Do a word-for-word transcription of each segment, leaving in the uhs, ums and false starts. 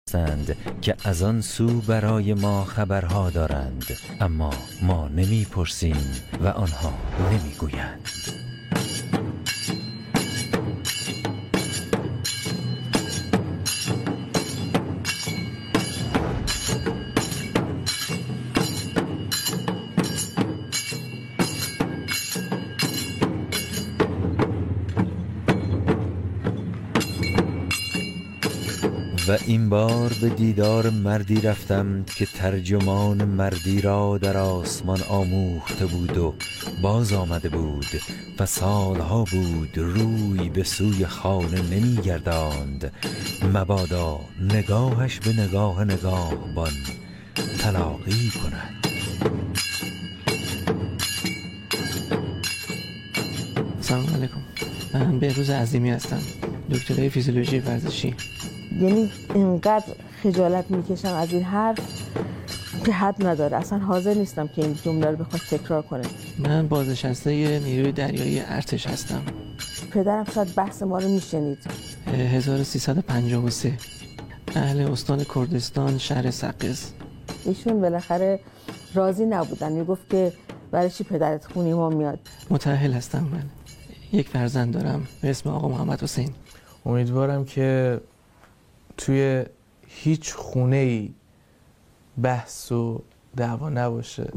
هستند که از آن سو برای ما خبرها دارند، اما ما نمی‌پرسیم و آنها نمی‌گویند. و این بار به دیدار مردی رفتم که ترجمان مردی را در آسمان آموخته بود و باز آمده بود و سالها بود روی به سوی خانه نمی گرداند، مبادا نگاهش به نگاه نگاهبان تلاقی کند. سلام علیکم، من بهروز عظیمی هستم، دکترای فیزیولوژی ورزشی. یعنی اینقدر خجالت میکشم از این حرف که حد نداره، اصلا حاضر نیستم که این جمله رو بخواد تکرار کنه. من بازنشسته نیروی دریایی ارتش هستم. پدرم شاید بحث ما رو میشنید. هزار و سیصد و پنجاه و سه، اهل استان کردستان، شهر سقز. ایشون بالاخره راضی نبودن، میگفت که برای چی پدرت خونی ما میاد. متأهل هستم، من یک فرزند دارم به اسم آقا محمد حسین. امیدوارم که توی هیچ خونه‌ای بحث و دعوا نباشه.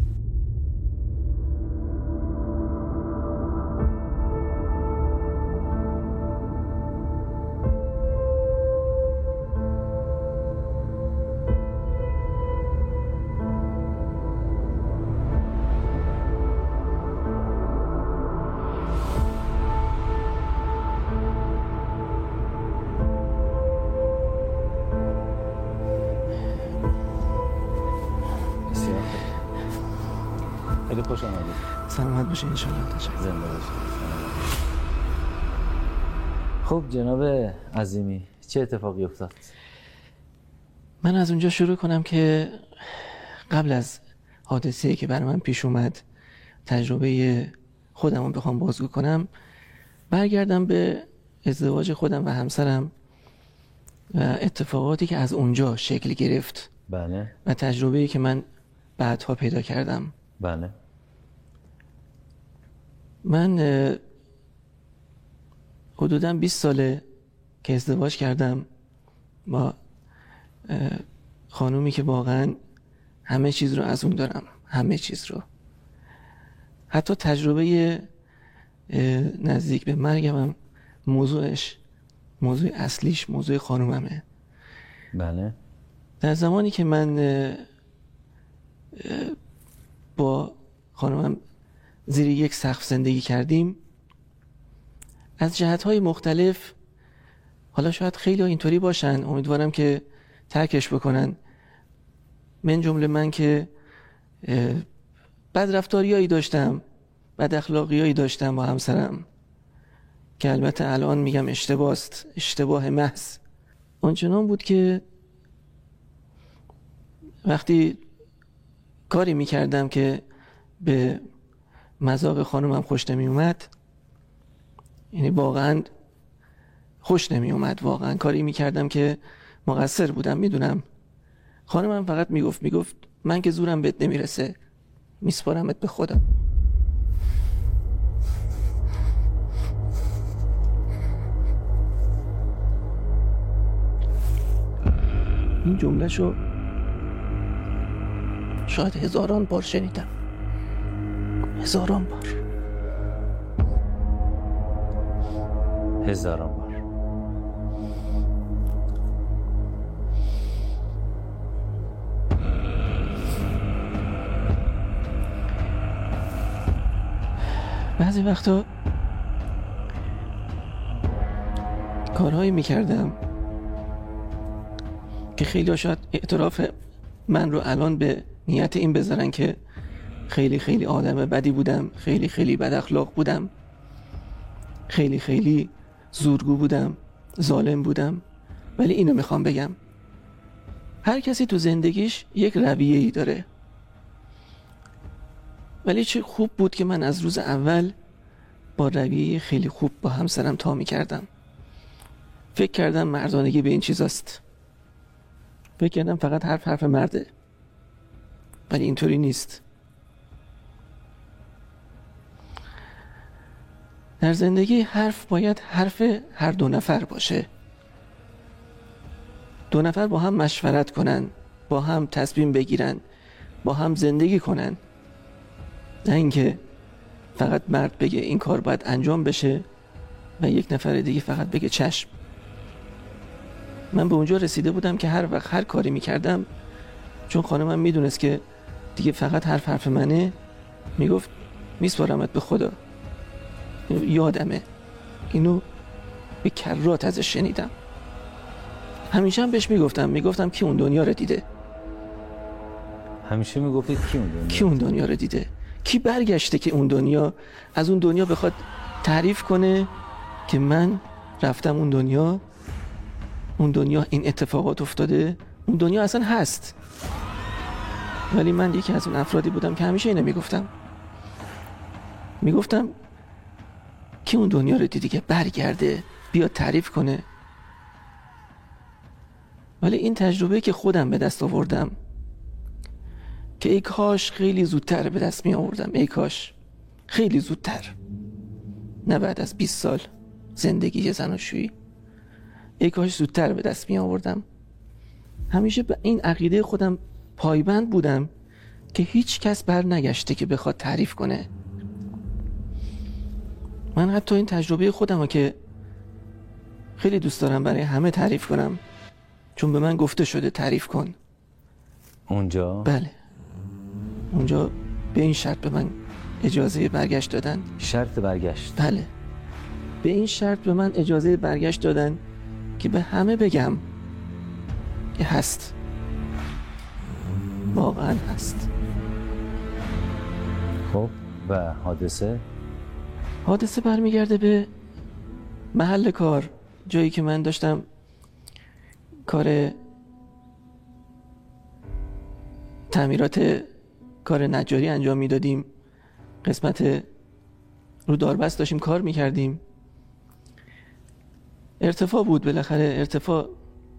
خیلی خوش آمدید. سلامت باشه انشالله. تشکر. زنده باشید. خب جناب عظیمی، چه اتفاقی افتاد؟ من از اونجا شروع کنم که قبل از حادثه‌ای که برای من پیش اومد، تجربه خودم رو بخوام بازگو کنم، برگردم به ازدواج خودم و همسرم و اتفاقاتی که از اونجا شکل گرفت. بله. و تجربه‌ای که من بعدها پیدا کردم. بله. من حدوداً بیست ساله که ازدواج کردم با خانومی که واقعاً همه چیز رو از اون دارم، همه چیز رو. حتی تجربه نزدیک به مرگم هم موضوعش، موضوع اصلیش موضوع خانوممه. بله. در زمانی که من با خانومم زیر یک سقف زندگی کردیم، از جهت‌های مختلف، حالا شاید خیلی اینطوری باشن، امیدوارم که ترکش بکنن، من جمله من که بد رفتاریایی داشتم، بد اخلاقیایی داشتم با همسرم که البته الان میگم اشتباست، اشتباه محض. آنچنان بود که وقتی کاری میکردم که به مذاق خانومم خوش نمی اومد، یعنی واقعا خوش نمی اومد، واقعا کاری میکردم که مقصر بودم، میدونم. خانومم فقط میگفت میگفت من که زورم بهت نمیرسه، میسپارمت به خودم. این جمله شو شاید هزاران بار شنیدم، هزاران بار هزاران بار. بعضی وقتا کارهایی میکردم که خیلی شاید اعتراف من رو الان به نیت این بذارن که خیلی خیلی آدم بدی بودم، خیلی خیلی بد اخلاق بودم، خیلی خیلی زورگو بودم، ظالم بودم. ولی اینو میخوام بگم، هر کسی تو زندگیش یک رویه‌ای داره، ولی چه خوب بود که من از روز اول با رویه خیلی خوب با همسرم تا میکردم. فکر کردم مردانگی به این چیزاست. فکر کردم فقط حرف حرف مرده، ولی اینطوری نیست. در زندگی حرف باید حرف هر دو نفر باشه. دو نفر با هم مشورت کنن، با هم تصمیم بگیرن، با هم زندگی کنن، نه اینکه فقط مرد بگه این کار باید انجام بشه و یک نفر دیگه فقط بگه چشم. من به اونجا رسیده بودم که هر وقت هر کاری میکردم، چون خانمم میدونست که دیگه فقط حرف حرف منه، میگفت میسپارمت به خدا. اینو یادمه، اینو به کرات ازش شنیدم. همیشه هم بهش میگفتم میگفتم کی اون دنیا رو دیده؟ همیشه میگفتید کی اون دنیا کی اون دنیا رو دیده؟ کی برگشته که اون دنیا از اون دنیا بخواد تعریف کنه که من رفتم اون دنیا، اون دنیا این اتفاقات افتاده، اون دنیا اصلا هست. ولی من یکی از اون افرادی بودم که همیشه اینو میگفتم میگفتم کی اون دنیا رو دیدی که برگرده بیاد تعریف کنه. ولی این تجربه که خودم به دست آوردم که ای کاش خیلی زودتر به دست می آوردم، ای کاش خیلی زودتر، نه بعد از بیست سال زندگی زناشویی، ای کاش زودتر به دست می آوردم. همیشه به این عقیده خودم پایبند بودم که هیچ کس بر نگشته که بخواد تعریف کنه. من حتی این تجربه خودم رو که خیلی دوست دارم برای همه تعریف کنم، چون به من گفته شده تعریف کن اونجا. بله، اونجا به این شرط به من اجازه برگشت دادن. شرط برگشت؟ بله، به این شرط به من اجازه برگشت دادن که به همه بگم که هست، واقعا هست. خب و حادثه؟ حادثه برمیگرده به محل کار، جایی که من داشتم کار تعمیرات کار نجاری انجام میدادیم. قسمت رو داربست داشتیم کار میکردیم. ارتفاع بود، بالاخره ارتفاع،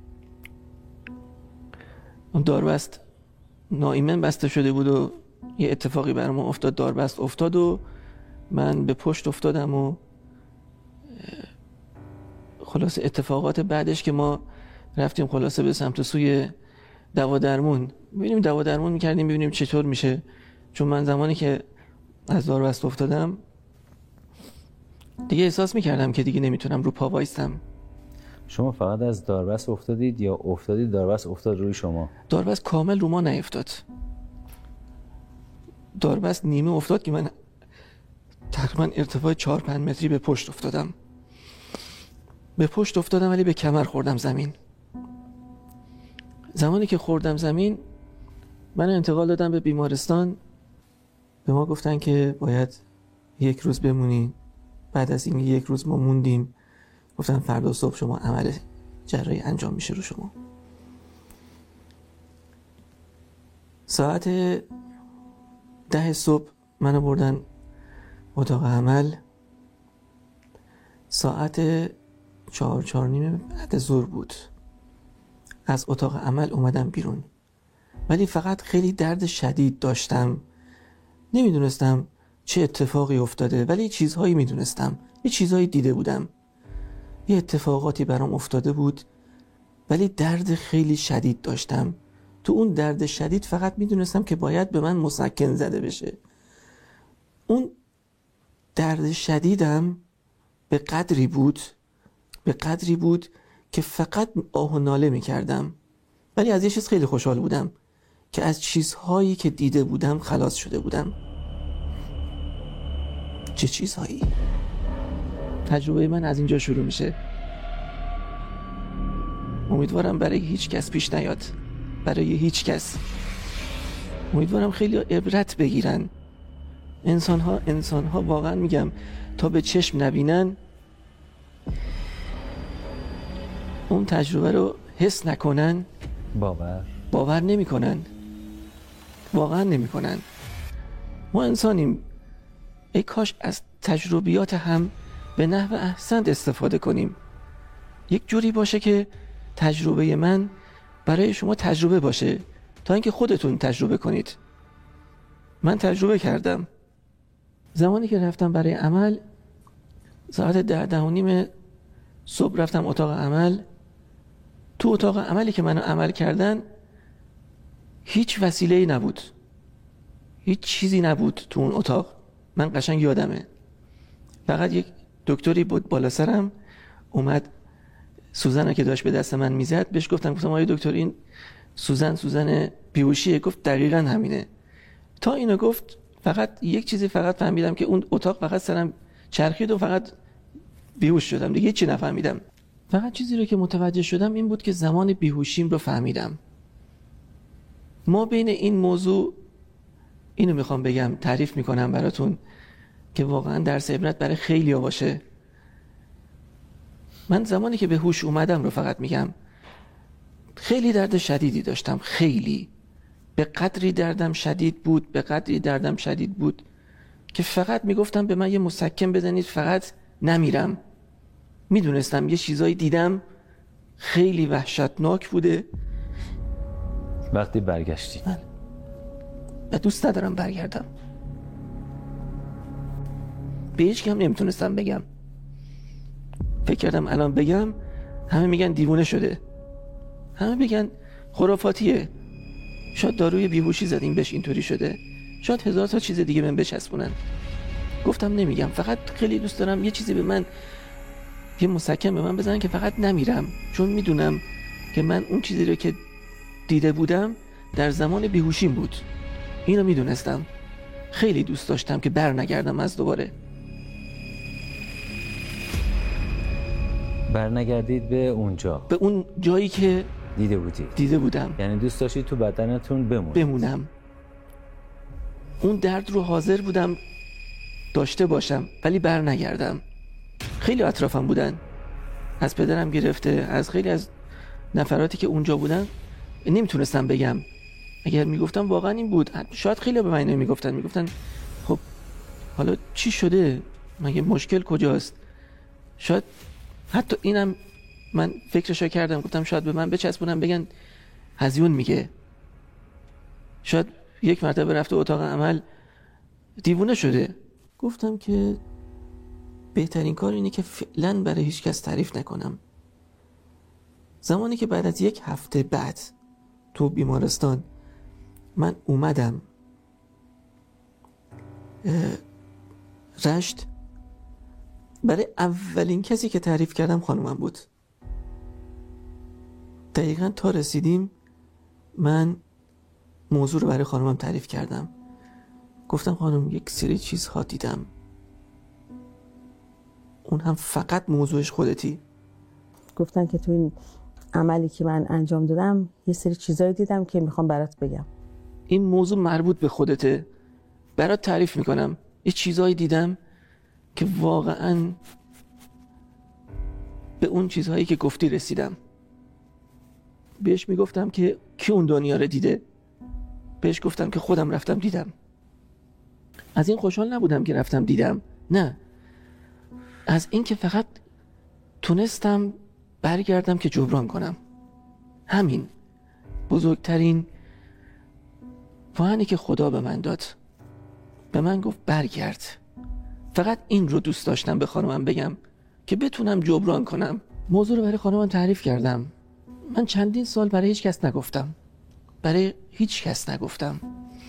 اون داربست ناایمن بسته شده بود و یه اتفاقی برام افتاد، داربست افتاد و من به پشت افتادم و خلاصه اتفاقات بعدش که ما رفتیم خلاصه به سمت سوی دوا درمون، ببینیم دوا درمون میکردیم ببینیم چطور میشه، چون من زمانی که از داربست افتادم دیگه احساس میکردم که دیگه نمیتونم رو پا وایستم. شما فقط از داربست افتادید یا افتادید داربست افتاد روی شما؟ داربست کامل رو ما نیفتاد، داربست نیمه افتاد که من تقریبا ارتفاع چهار پنج متری به پشت افتادم. به پشت افتادم ولی به کمر خوردم زمین. زمانی که خوردم زمین من انتقال دادم به بیمارستان. به ما گفتن که باید یک روز بمونین. بعد از این یک روز ما موندیم، گفتن فردا صبح شما عمل جراحی انجام میشه رو شما. ساعت ده صبح منو بردن اتاق عمل. ساعت چهار چهار نیمه بعد ظهر بود از اتاق عمل اومدم بیرون، ولی فقط خیلی درد شدید داشتم. نمیدونستم چه اتفاقی افتاده، ولی چیزهایی میدونستم، یه چیزهایی دیده بودم، یه اتفاقاتی برام افتاده بود، ولی درد خیلی شدید داشتم. تو اون درد شدید فقط میدونستم که باید به من مسکن زده بشه. اون درد شدیدم به قدری بود به قدری بود که فقط آه و ناله میکردم، ولی از یه چیز خیلی خوشحال بودم که از چیزهایی که دیده بودم خلاص شده بودم. چه چیزهایی؟ تجربه من از اینجا شروع میشه. امیدوارم برای هیچ کس پیش نیاد، برای هیچ کس. امیدوارم خیلی عبرت بگیرن. انسان ها انسان ها واقعا میگم تا به چشم نبینن، اون تجربه رو حس نکنن، باور باور نمی کنن، واقعا نمی کنن. ما انسانیم، ای کاش از تجربیات هم به نحو احسن استفاده کنیم. یک جوری باشه که تجربه من برای شما تجربه باشه تا اینکه خودتون تجربه کنید. من تجربه کردم. زمانی که رفتم برای عمل، ساعت ده ده و نیم صبح رفتم اتاق عمل. تو اتاق عملی که منو عمل کردن هیچ وسیله‌ای نبود، هیچ چیزی نبود تو اون اتاق. من قشنگ یادمه فقط یک دکتری بود بالا سرم، اومد سوزن که داشت به دست من میزد بهش گفتم گفتم آقای دکتر این سوزن سوزن بیهوشیه؟ گفت دقیقاً همینه. تا اینو گفت فقط یک چیزی فقط فهمیدم که اون اتاق فقط سرم چرخید و فقط بیهوش شدم، دیگه چی نفهمیدم. فقط چیزی رو که متوجه شدم این بود که زمان بیهوشیم رو فهمیدم. ما بین این موضوع، اینو میخوام بگم، تعریف میکنم براتون که واقعا درس عبرت برای خیلیا باشه. من زمانی که به هوش اومدم رو فقط میگم، خیلی درد شدیدی داشتم، خیلی به قدری دردم شدید بود، به قدری دردم شدید بود که فقط میگفتم به من یه مسکن بزنید فقط نمیرم. میدونستم یه چیزایی دیدم خیلی وحشتناک بوده. وقتی برگشتی و دوست ندارم برگردم. به هیچ کم نمیتونستم بگم. فکر کردم الان بگم همه میگن دیوونه شده، همه میگن خرافاتیه، شاید داروی بیهوشی زدیم بهش اینطوری شده، شاید هزار تا چیز دیگه من بچسبونن. گفتم نمیگم، فقط خیلی دوست دارم یه چیزی به من، یه مسکن به من بزنن که فقط نمیرم، چون میدونم که من اون چیزی رو که دیده بودم در زمان بیهوشیم بود. اینو میدونستم، خیلی دوست داشتم که بر نگردم از دوباره. بر نگردید به اونجا، به اون جایی که دیده بودی دیده بودم. یعنی دوست داشتی تو بدنتون بمون. بمونم. اون درد رو حاضر بودم داشته باشم ولی بر نگردم. خیلی اطرافم بودن، از پدرم گرفته، از خیلی از نفراتی که اونجا بودن. نمیتونستم بگم، اگر میگفتم واقعا این بود. شاید خیلی به من نمیگفتن، میگفتن خب حالا چی شده، مگه مشکل کجاست. شاید حتی اینم من فکرشو کردم، گفتم شاید به من بچسبونم بگن هزیون میگه. شاید یک مرتبه رفته اتاق عمل دیوونه شده. گفتم که بهترین کار اینه که فعلا برای هیچ کس تعریف نکنم. زمانی که بعد از یک هفته بعد تو بیمارستان من اومدم رشت، برای اولین کسی که تعریف کردم خانومم بود. دقیقاً تا رسیدیم من موضوع رو برای خانومم تعریف کردم. گفتم خانم یک سری چیزها دیدم، اون هم فقط موضوعش خودتی. گفتن که تو این عملی که من انجام دادم یه سری چیزایی دیدم که میخوام برات بگم. این موضوع مربوط به خودته، برات تعریف میکنم. یه چیزایی دیدم که واقعاً به اون چیزهایی که گفتی رسیدم. بهش میگفتم که کی اون دنیا رو دیده، بهش گفتم که خودم رفتم دیدم. از این خوشحال نبودم که رفتم دیدم، نه، از این که فقط تونستم برگردم که جبران کنم. همین بزرگترین وعده‌ای که خدا به من داد. به من گفت برگرد. فقط این رو دوست داشتم به خانمم بگم که بتونم جبران کنم. موضوع رو برای خانمم تعریف کردم. من چندین سال برای هیچ کس نگفتم، برای هیچ کس نگفتم.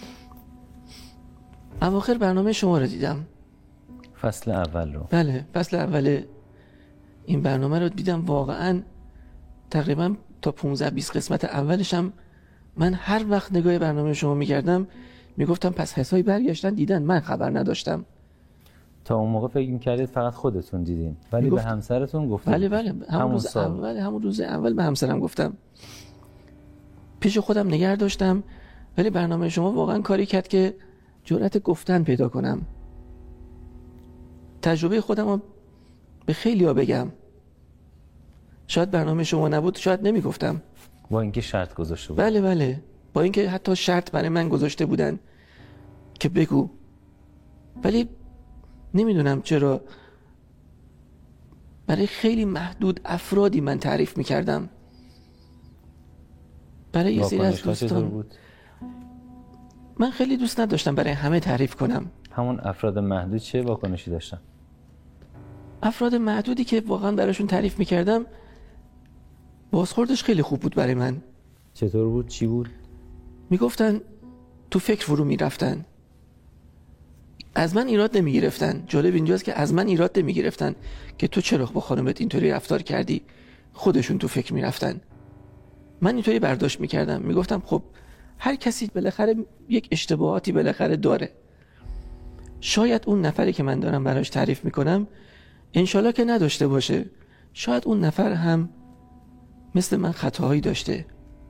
اواخر برنامه شما رو دیدم، فصل اول رو. بله، فصل اول این برنامه رو دیدم. واقعا تقریبا تا پانزده بیست قسمت اولشم من هر وقت نگاه برنامه شما میکردم میگفتم پس حسابی برگشتن دیدن، من خبر نداشتم. تا اون موقع فکر می‌کردید فقط خودتون دیدین، ولی میگفت... به همسرتون گفتم. بله بله، همون, همون روز سال. اول همون روز اول به همسرم گفتم. پیش خودم نگه داشتم، ولی برنامه شما واقعا کاری کرد که جرأت گفتن پیدا کنم. تجربه خودم رو به خیلیا بگم. شاید برنامه شما نبود، شاید نمیگفتم. با اینکه شرط گذاشته بود. بله بله، با اینکه حتی شرط برای من گذاشته بودن که بگو، ولی نمیدونم چرا برای خیلی محدود افرادی من تعریف میکردم. برای یه سری از واکنش‌ها چطور دوستان بود؟ من خیلی دوست نداشتم برای همه تعریف کنم. همون افراد محدود چه واکنشی داشتن؟ افراد محدودی که واقعا براشون تعریف میکردم بازخوردش خیلی خوب بود برای من. چطور بود؟ چی بود؟ میگفتن تو فکر فرو میرفتن، از من ایراد نمیگرفتن. جالب اینجاست که از من ایراد نمیگرفتن که تو چرا با خانمت اینطوری رفتار کردی، خودشون تو فکر میرفتن. من اینطوری برداشت میکردم، میگفتم خب هر کسی بالاخره یک اشتباهاتی بالاخره داره، شاید اون نفری که من دارم براش تعریف میکنم انشالله که نداشته باشه، شاید اون نفر هم مثل من خطاهایی داشته،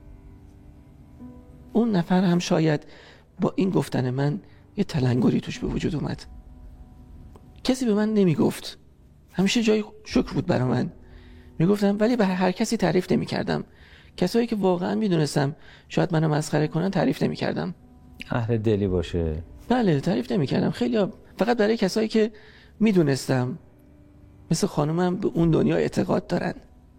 اون نفر هم شاید با این گفتن من یه تلنگری توش به وجود اومد. کسی به من نمیگفت، همیشه جای شکر بود برای من. میگفتم ولی به هر کسی تعریف نمیکردم. کسایی که واقعا میدونستم شاید منو مسخره کنن تعریف نمیکردم. اهل دلی باشه. بله تعریف نمیکردم. خیلی فقط برای کسایی که میدونستم مثل خانومم به اون دنیا اعتقاد دارن.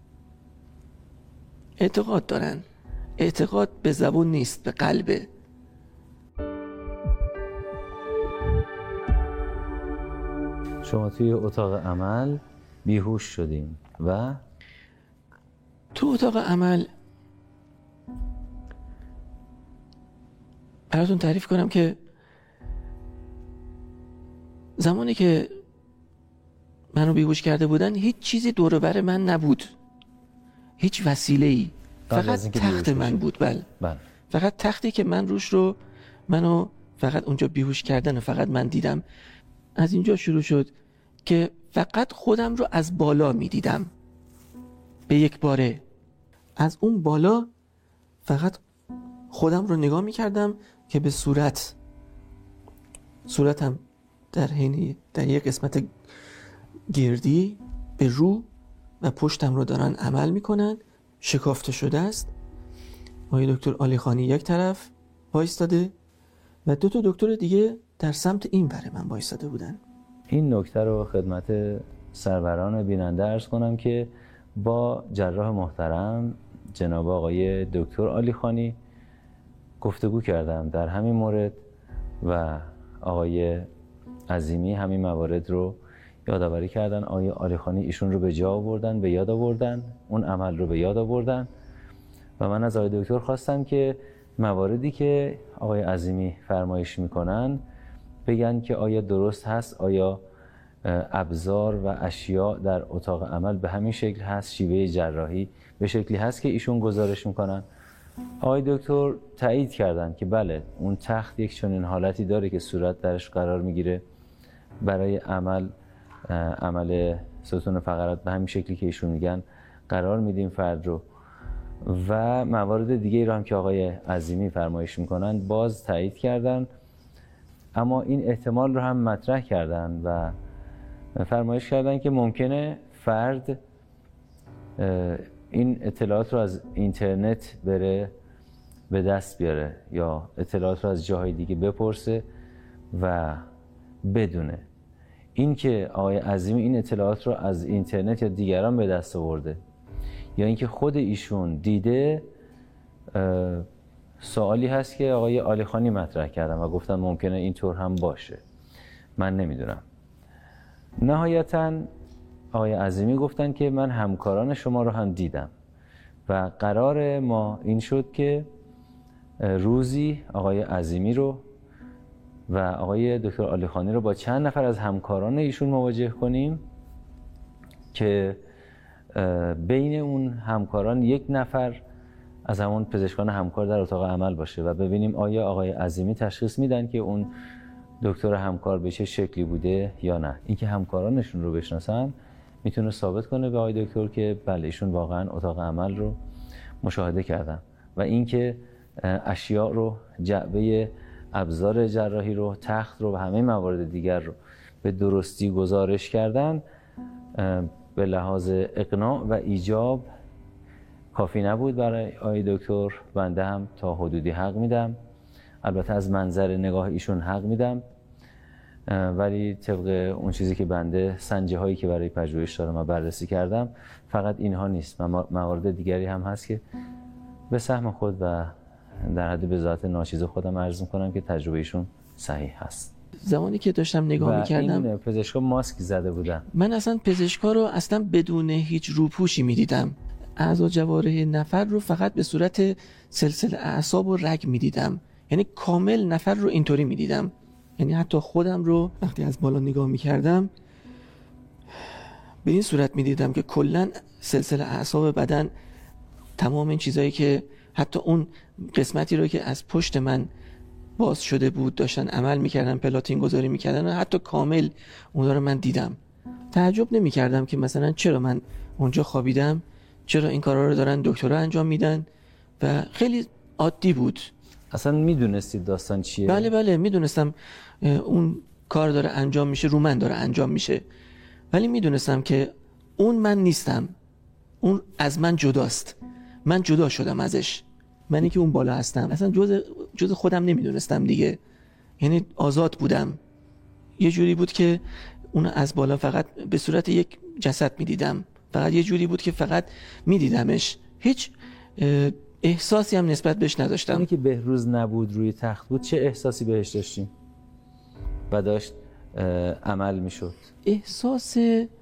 اعتقاد دارن. اعتقاد به زبون نیست، به قلبه. شما توی اتاق عمل بیهوش شدین و تو اتاق عمل براتون تعریف کنم که زمانی که منو بیهوش کرده بودن هیچ چیزی دور و بر من نبود، هیچ وسیله‌ای، فقط تخت من بود. بله بله. فقط تختی که من روش رو منو فقط اونجا بیهوش کردن و فقط من دیدم. از اینجا شروع شد که فقط خودم رو از بالا می دیدم به یک باره. از اون بالا فقط خودم رو نگاه می کردم که به صورت صورتم در حین در یک قسمت گردی به رو و پشتم رو دارن عمل می کنن، شکافته شده است. آقای دکتر عالیخانی یک طرف وایستاده و دو تا دکتر دیگه در سمت این بره من وایستاده بودن. این نکته رو خدمت سروران بیننده عرض کنم که با جراح محترم جناب آقای دکتر عالیخانی گفتگو کردم در همین مورد و آقای عظیمی همین موارد رو یادآوری کردن. آقای عالیخانی ایشون رو به جا آوردن، به یاد آوردن، اون عمل رو به یاد آوردن و من از آقای دکتر خواستم که مواردی که آقای عظیمی فرمایش میکنن بگن که آیا درست هست، آیا ابزار و اشیاء در اتاق عمل به همین شکل هست، شیوه جراحی به شکلی هست که ایشون گزارش میکنن. آقای دکتر تایید کردن که بله اون تخت یک چنین حالتی داره که صورت درش قرار میگیره. برای عمل عمل ستون فقرات به همین شکلی که ایشون میگن قرار میدیم فرد رو و موارد دیگه رو هم که آقای عظیمی فرمایش میکنن باز تایید کردن. اما این احتمال رو هم مطرح کردن و فرمایش کردن که ممکنه فرد این اطلاعات رو از اینترنت بره به دست بیاره یا اطلاعات رو از جاهای دیگه بپرسه و بدونه. این که آقای عظیمی این اطلاعات رو از اینترنت یا دیگران به دست آورده یا اینکه خود ایشون دیده، سوالی هست که آقای عالیخانی مطرح کردن و گفتن ممکنه اینطور هم باشه، من نمیدونم. نهایتاً آقای عظیمی گفتن که من همکاران شما رو هم دیدم و قرار ما این شد که روزی آقای عظیمی رو و آقای دکتر عالیخانی رو با چند نفر از همکاران ایشون مواجه کنیم که بین اون همکاران یک نفر از همون پزشکان همکار در اتاق عمل باشه و ببینیم آیا آقای عظیمی تشخیص میدن که اون دکتر همکار به چه شکلی بوده یا نه. اینکه همکارانشون رو بشناسن میتونه ثابت کنه به آقای دکتر که بله ایشون واقعا اتاق عمل رو مشاهده کردن و اینکه اشیاء رو، جعبه ابزار جراحی رو، تخت رو و همه موارد دیگر رو به درستی گزارش کردن به لحاظ اقناع و ایجاب کافی نبود برای آقای دکتر. بنده هم تا حدودی حق میدم، البته از منظر نگاه ایشون حق میدم، ولی طبق اون چیزی که بنده سنجه هایی که برای پژوهش دارم و بررسی کردم فقط اینها نیست، موارد دیگری هم هست که به سهم خود و در حد به ذات ناچیز خودم عرض می‌کنم که تجربه ایشون صحیح هست. زمانی که داشتم نگاه می‌کردم، این پزشکا ماسک زده بودن. من اصلا پزشکا رو اصلا بدون هیچ روپوشی می‌دیدم. اعضا جوارح نفر رو فقط به صورت سلسله اعصاب و رگ می‌دیدم. یعنی کامل نفر رو اینطوری می‌دیدم. یعنی حتی خودم رو وقتی از بالا نگاه می‌کردم به این صورت می‌دیدم که کلاً سلسله اعصاب بدن، تمام این چیزایی که حتی اون قسمتی رو که از پشت من باز شده بود داشتن عمل میکردن، پلاتین گذاری میکردن، حتی کامل اونها رو من دیدم. تعجب نمیکردم که مثلا چرا من اونجا خوابیدم، چرا این کارا رو دارن دکترها انجام میدن و خیلی عادی بود. اصلا میدونستید داستان چیه؟ بله بله میدونستم اون کار داره انجام میشه، رو من داره انجام میشه، ولی میدونستم که اون من نیستم، اون از من جداست، من جدا شدم ازش، منی که اون بالا هستم اصلا جز جز خودم نمیدونستم دیگه. یعنی آزاد بودم، یه جوری بود که اون از بالا فقط به صورت یک جسد میدیدم، فقط یه جوری بود که فقط میدیدمش، هیچ احساسی هم نسبت بهش نداشتم. اونی که بهروز نبود روی تخت بود چه احساسی بهش داشتیم و داشت عمل میشد؟ احساس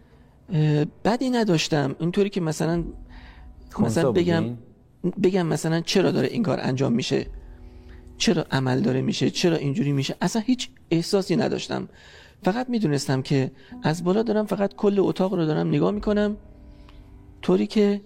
بدی نداشتم، اینطوری که مثلا مثلا بگم بگم مثلا چرا داره این کار انجام میشه، چرا عمل داره میشه، چرا اینجوری میشه، اصلا هیچ احساسی نداشتم. فقط میدونستم که از بالا دارم فقط کل اتاق رو دارم نگاه میکنم، طوری که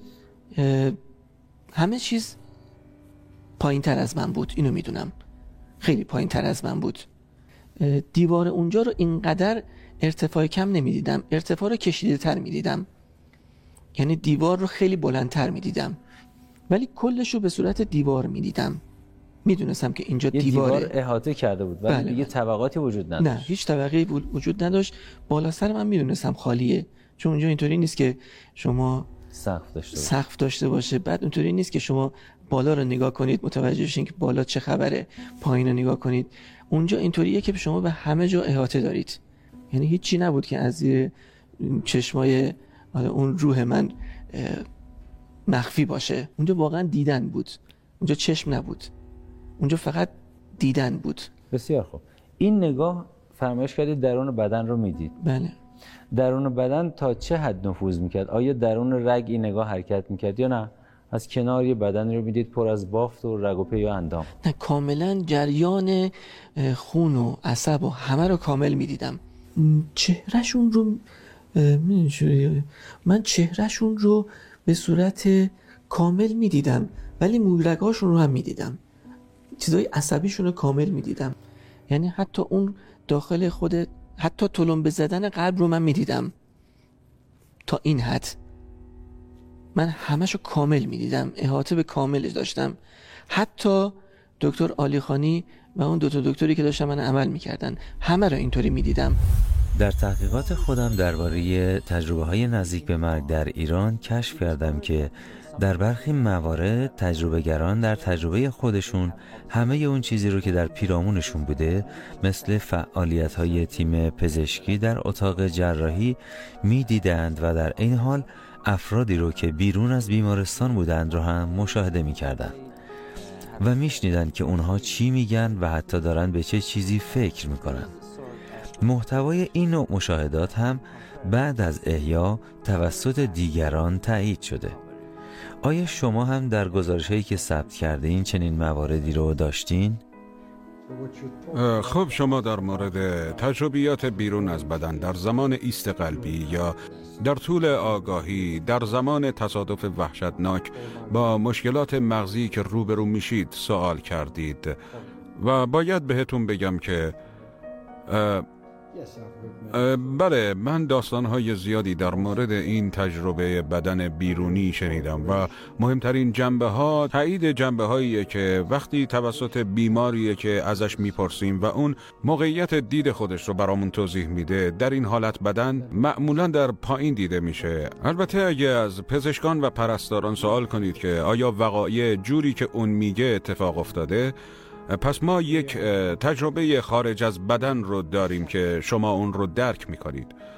همه چیز پایین تر از من بود. اینو میدونم خیلی پایین تر از من بود. دیوار اونجا رو اینقدر ارتفاع کم نمیدیدم، ارتفاع رو کشیده تر میدیدم، یعنی دیوار رو خیلی بلندتر میدیدم، ولی کلش رو به صورت دیوار میدیدم. میدونستم که اینجا یه دیواره، دیوار احاطه کرده بود ولی بله دیگه بله. طبقاتی وجود نداشت. نه هیچ طبقه‌ای وجود نداشت. بالا سر من میدونستم خالیه، چون اونجا اینطوری نیست که شما سقف داشته باشه. سقف داشته باشه. بعد اونطوری نیست که شما بالا رو نگاه کنید متوجه شین که بالا چه خبره، پایین رو نگاه کنید. اونجا اینطوریه که شما به همه جا احاطه دارید، یعنی هیچی نبود که از زیر چشمای اون روح من مخفی باشه. اونجا واقعا دیدن بود، اونجا چشم نبود، اونجا فقط دیدن بود. بسیار خوب. این نگاه فرمایش کردید درون بدن رو میدید. بله. درون بدن تا چه حد نفوذ میکرد؟ آیا درون رگ این نگاه حرکت میکرد یا نه از کنار یه بدن رو میدید پر از بافت و رگ و پی و اندام؟ نه کاملا جریان خون و عصب و همه رو کامل میدیدم. چهرهشون رو من چهرهشون رو به صورت کامل میدیدم، ولی مویرگاشون رو هم میدیدم، چیزای عصبیشون رو کامل میدیدم. یعنی حتی اون داخل خود، حتی تلمبه زدن قلب رو من میدیدم. تا این حد من همشو کامل میدیدم، احاطه به کاملش داشتم. حتی دکتر عالیخانی و اون دو تا دکتری که داشتن من عمل میکردن همه رو اینطوری میدیدم. در تحقیقات خودم درباره تجربه‌های نزدیک به مرگ در ایران کشف کردم که در برخی موارد تجربه‌گران در تجربه خودشون همه اون چیزی رو که در پیرامونشون بوده، مثل فعالیت‌های تیم پزشکی در اتاق جراحی می‌دیدند و در این حال افرادی رو که بیرون از بیمارستان بودند رو هم مشاهده می‌کردند و می‌شنیدند که اونها چی میگن و حتی دارن به چه چیزی فکر می‌کنن. محتوای این نوع مشاهدات هم بعد از احیا توسط دیگران تایید شده. آیا شما هم در گزارش‌هایی که ثبت کرده این چنین مواردی رو داشتین؟ خب شما در مورد تجربیات بیرون از بدن در زمان ایست قلبی یا در طول آگاهی در زمان تصادف وحشتناک با مشکلات مغزی که روبرو میشید سوال کردید و باید بهتون بگم که بله من داستان‌های زیادی در مورد این تجربه بدن بیرونی شنیدم و مهمترین جنبه‌ها تایید جنبه‌هاییه که وقتی توسط بیماریه که ازش میپرسیم و اون موقعیت دید خودش رو برامون توضیح میده، در این حالت بدن معمولاً در پایین دیده میشه. البته اگه از پزشکان و پرستاران سوال کنید که آیا وقایع جوری که اون میگه اتفاق افتاده، پس ما یک تجربه خارج از بدن رو داریم که شما اون رو درک میکنید.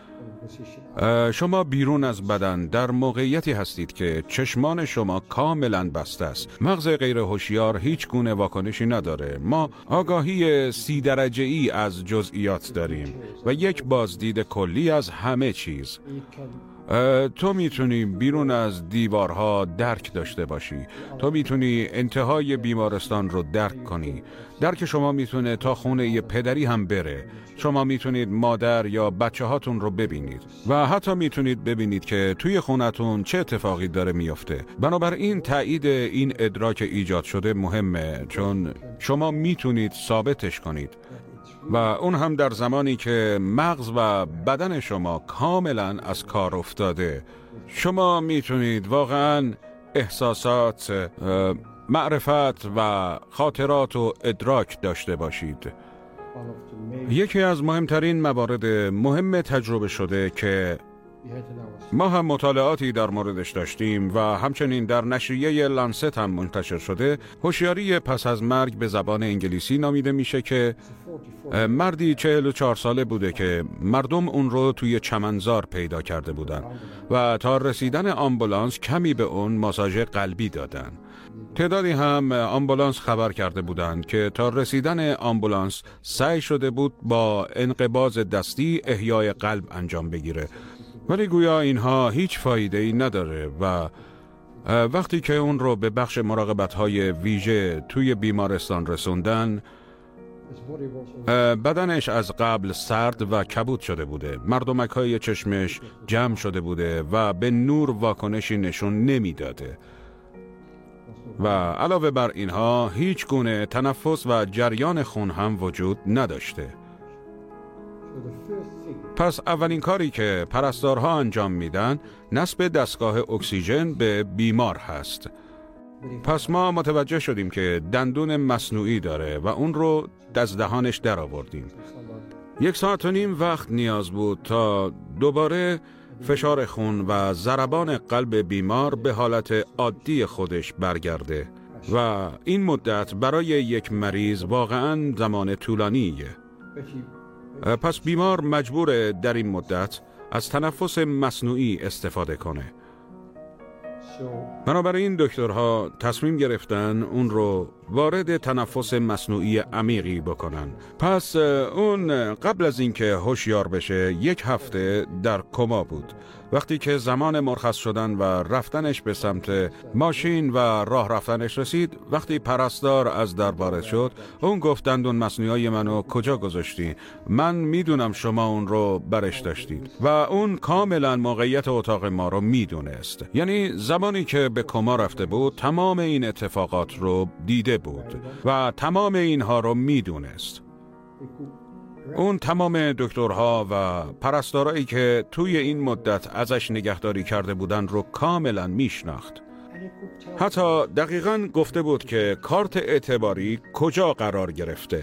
شما بیرون از بدن در موقعیتی هستید که چشمان شما کاملا بسته است. مغز غیر هوشیار هیچ گونه واکنشی نداره. ما آگاهی سی درجه ای از جزئیات داریم و یک بازدید کلی از همه چیز. تو میتونی بیرون از دیوارها درک داشته باشی. تو میتونی انتهای بیمارستان رو درک کنی. درک شما میتونه تا خونه ی پدری هم بره. شما میتونید مادر یا بچه هاتون رو ببینید و حتی میتونید ببینید که توی خونتون چه اتفاقی داره میفته. بنابراین تایید این ادراک ایجاد شده مهمه، چون شما میتونید ثابتش کنید و اون هم در زمانی که مغز و بدن شما کاملا از کار افتاده. شما میتونید واقعا احساسات، معرفت و خاطرات و ادراک داشته باشید. یکی از مهمترین موارد مهم تجربه شده که ما هم مطالعاتی در موردش داشتیم و همچنین در نشریه لنست هم منتشر شده، هوشیاری پس از مرگ به زبان انگلیسی نامیده میشه که مردی چهل و چهار ساله بوده که مردم اون رو توی چمنزار پیدا کرده بودن و تا رسیدن آمبولانس کمی به اون ماساژ قلبی دادن. تعدادی هم آمبولانس خبر کرده بودند که تا رسیدن آمبولانس سعی شده بود با انقباض دستی احیای قلب انجام بگیره، ولی گویا اینها هیچ فایده ای نداره و وقتی که اون رو به بخش مراقبت‌های ویژه توی بیمارستان رسوندن، بدنش از قبل سرد و کبود شده بوده. مردمک‌های چشمش جمع شده بوده و به نور واکنشی نشون نمیداده و علاوه بر اینها هیچ گونه تنفس و جریان خون هم وجود نداشته. پس اولین کاری که پرستارها انجام میدن نصب دستگاه اکسیژن به بیمار هست. پس ما متوجه شدیم که دندون مصنوعی داره و اون رو از دهانش در آوردیم. یک ساعت و نیم وقت نیاز بود تا دوباره فشار خون و ضربان قلب بیمار به حالت عادی خودش برگرده و این مدت برای یک مریض واقعاً زمان طولانیه. پس بیمار مجبور در این مدت از تنفس مصنوعی استفاده کنه. بنابراین دکترها تصمیم گرفتن اون رو وارد تنفس مصنوعی عمیقی بکنن. پس اون قبل از اینکه هوشیار بشه یک هفته در کما بود. وقتی که زمان مرخص شدن و رفتنش به سمت ماشین و راه رفتنش رسید، وقتی پرستار از در وارد شد، اون گفت دندون مصنوعی منو کجا گذاشتی؟ من میدونم شما اون رو برش داشتید. و اون کاملا موقعیت اتاق ما رو میدونست. یعنی زمانی که به کما رفته بود تمام این اتفاقات رو دیده بود و تمام اینها رو میدونست. اون تمام دکترها و پرستارایی که توی این مدت ازش نگهداری کرده بودن رو کاملا میشناخت. حتی دقیقاً گفته بود که کارت اعتباری کجا قرار گرفته.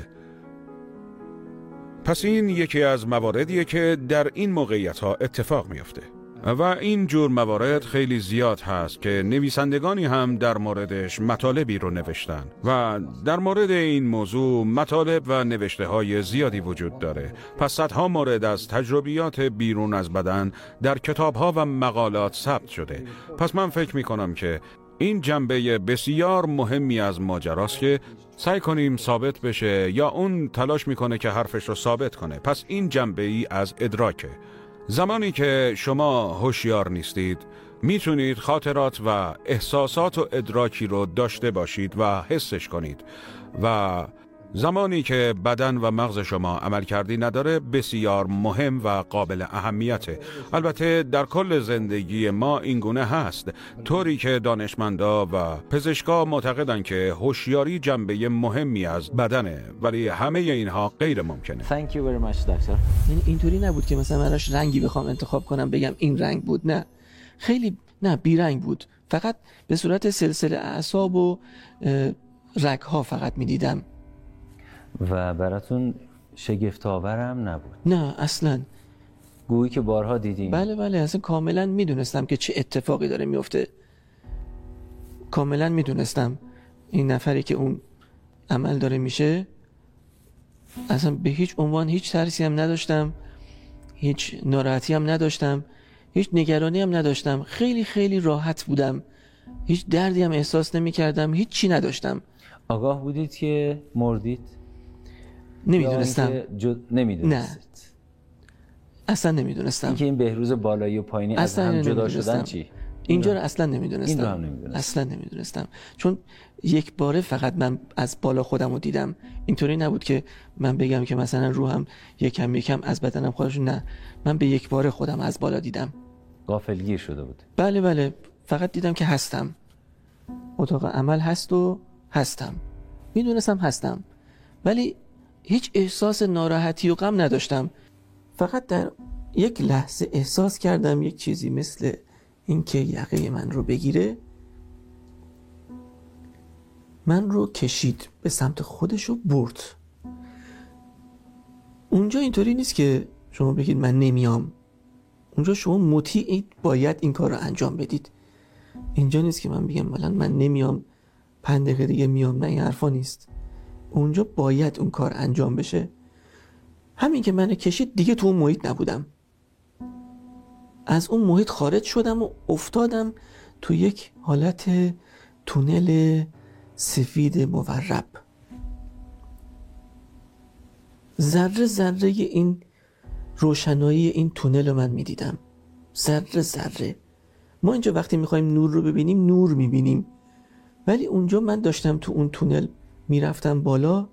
پس این یکی از مواردیه که در این موقعیت‌ها اتفاق میفته. و این جور موارد خیلی زیاد هست که نویسندگانی هم در موردش مطالبی رو نوشتن و در مورد این موضوع مطالب و نوشته های زیادی وجود داره. پس صدها مورد از تجربیات بیرون از بدن در کتاب ها و مقالات ثبت شده. پس من فکر می کنم که این جنبه بسیار مهمی از ماجراست که سعی کنیم ثابت بشه یا اون تلاش میکنه که حرفش رو ثابت کنه. پس این جنبه ای از ادراکه. زمانی که شما هوشیار نیستید میتونید خاطرات و احساسات و ادراکی رو داشته باشید و حسش کنید و زمانی که بدن و مغز شما عملکردی نداره بسیار مهم و قابل اهمیته. البته در کل زندگی ما این گونه هست، طوری که دانشمندا و پزشکا معتقدن که هوشیاری جنبه مهمی از بدنه، ولی همه اینها غیر ممکنه. Thank you very much دکتر. یعنی اینطوری نبود که مثلا براش رنگی بخوام انتخاب کنم بگم این رنگ بود، نه خیلی نه بی رنگ بود، فقط به صورت سلسله اعصاب و رگ‌ها فقط می‌دیدم. و براتون شگفت‌آورم نبود؟ نه اصلا. گویی که بارها دیدیم. بله بله اصلا کاملا میدونستم که چه اتفاقی داره میفته. کاملا میدونستم این نفری که اون عمل داره میشه، اصلا به هیچ عنوان هیچ ترسی هم نداشتم، هیچ ناراحتی هم نداشتم، هیچ نگرانی هم نداشتم، خیلی خیلی راحت بودم، هیچ دردی هم احساس نمی کردم، هیچ چی نداشتم. آگاه بودید که مردید؟ نمیدونستم. جد... نمیدونستید؟ نه اصلا نمیدونستم. اینکه این بهروز بالایی و پایینی از هم جدا شدن چی؟ اینجا رو اصلا نمیدونستم. این رو هم نمیدونستم. اصلا نمیدونستم، چون یک باره فقط من از بالا خودم رو دیدم. اینطوری نبود که من بگم که مثلا روحم یکم یکم از بدنم خودش، نه، من به یک باره خودم از بالا دیدم. غافلگیر شده بود؟ بله بله، فقط دیدم که هستم، اتاق عمل هست و هستم، میدونستم هستم، ولی هیچ احساس ناراحتی و غم نداشتم. فقط در یک لحظه احساس کردم یک چیزی مثل اینکه یقه من رو بگیره، من رو کشید به سمت خودش و برد. اونجا اینطوری نیست که شما بگید من نمیام، اونجا شما مطیعید، باید این کار رو انجام بدید. اینجا نیست که من بگم مثلا من نمیام پنج دقیقه دیگه میام، نه این حرفا نیست. اونجا باید اون کار انجام بشه. همین که من کشید دیگه تو اون محیط نبودم، از اون محیط خارج شدم و افتادم تو یک حالت تونل سفید مورب. ذره ذره این روشنایی این تونل رو من میدیدم، ذره ذره. ما اینجا وقتی میخوایم نور رو ببینیم نور میبینیم، ولی اونجا من داشتم تو اون تونل میرفتم بالا،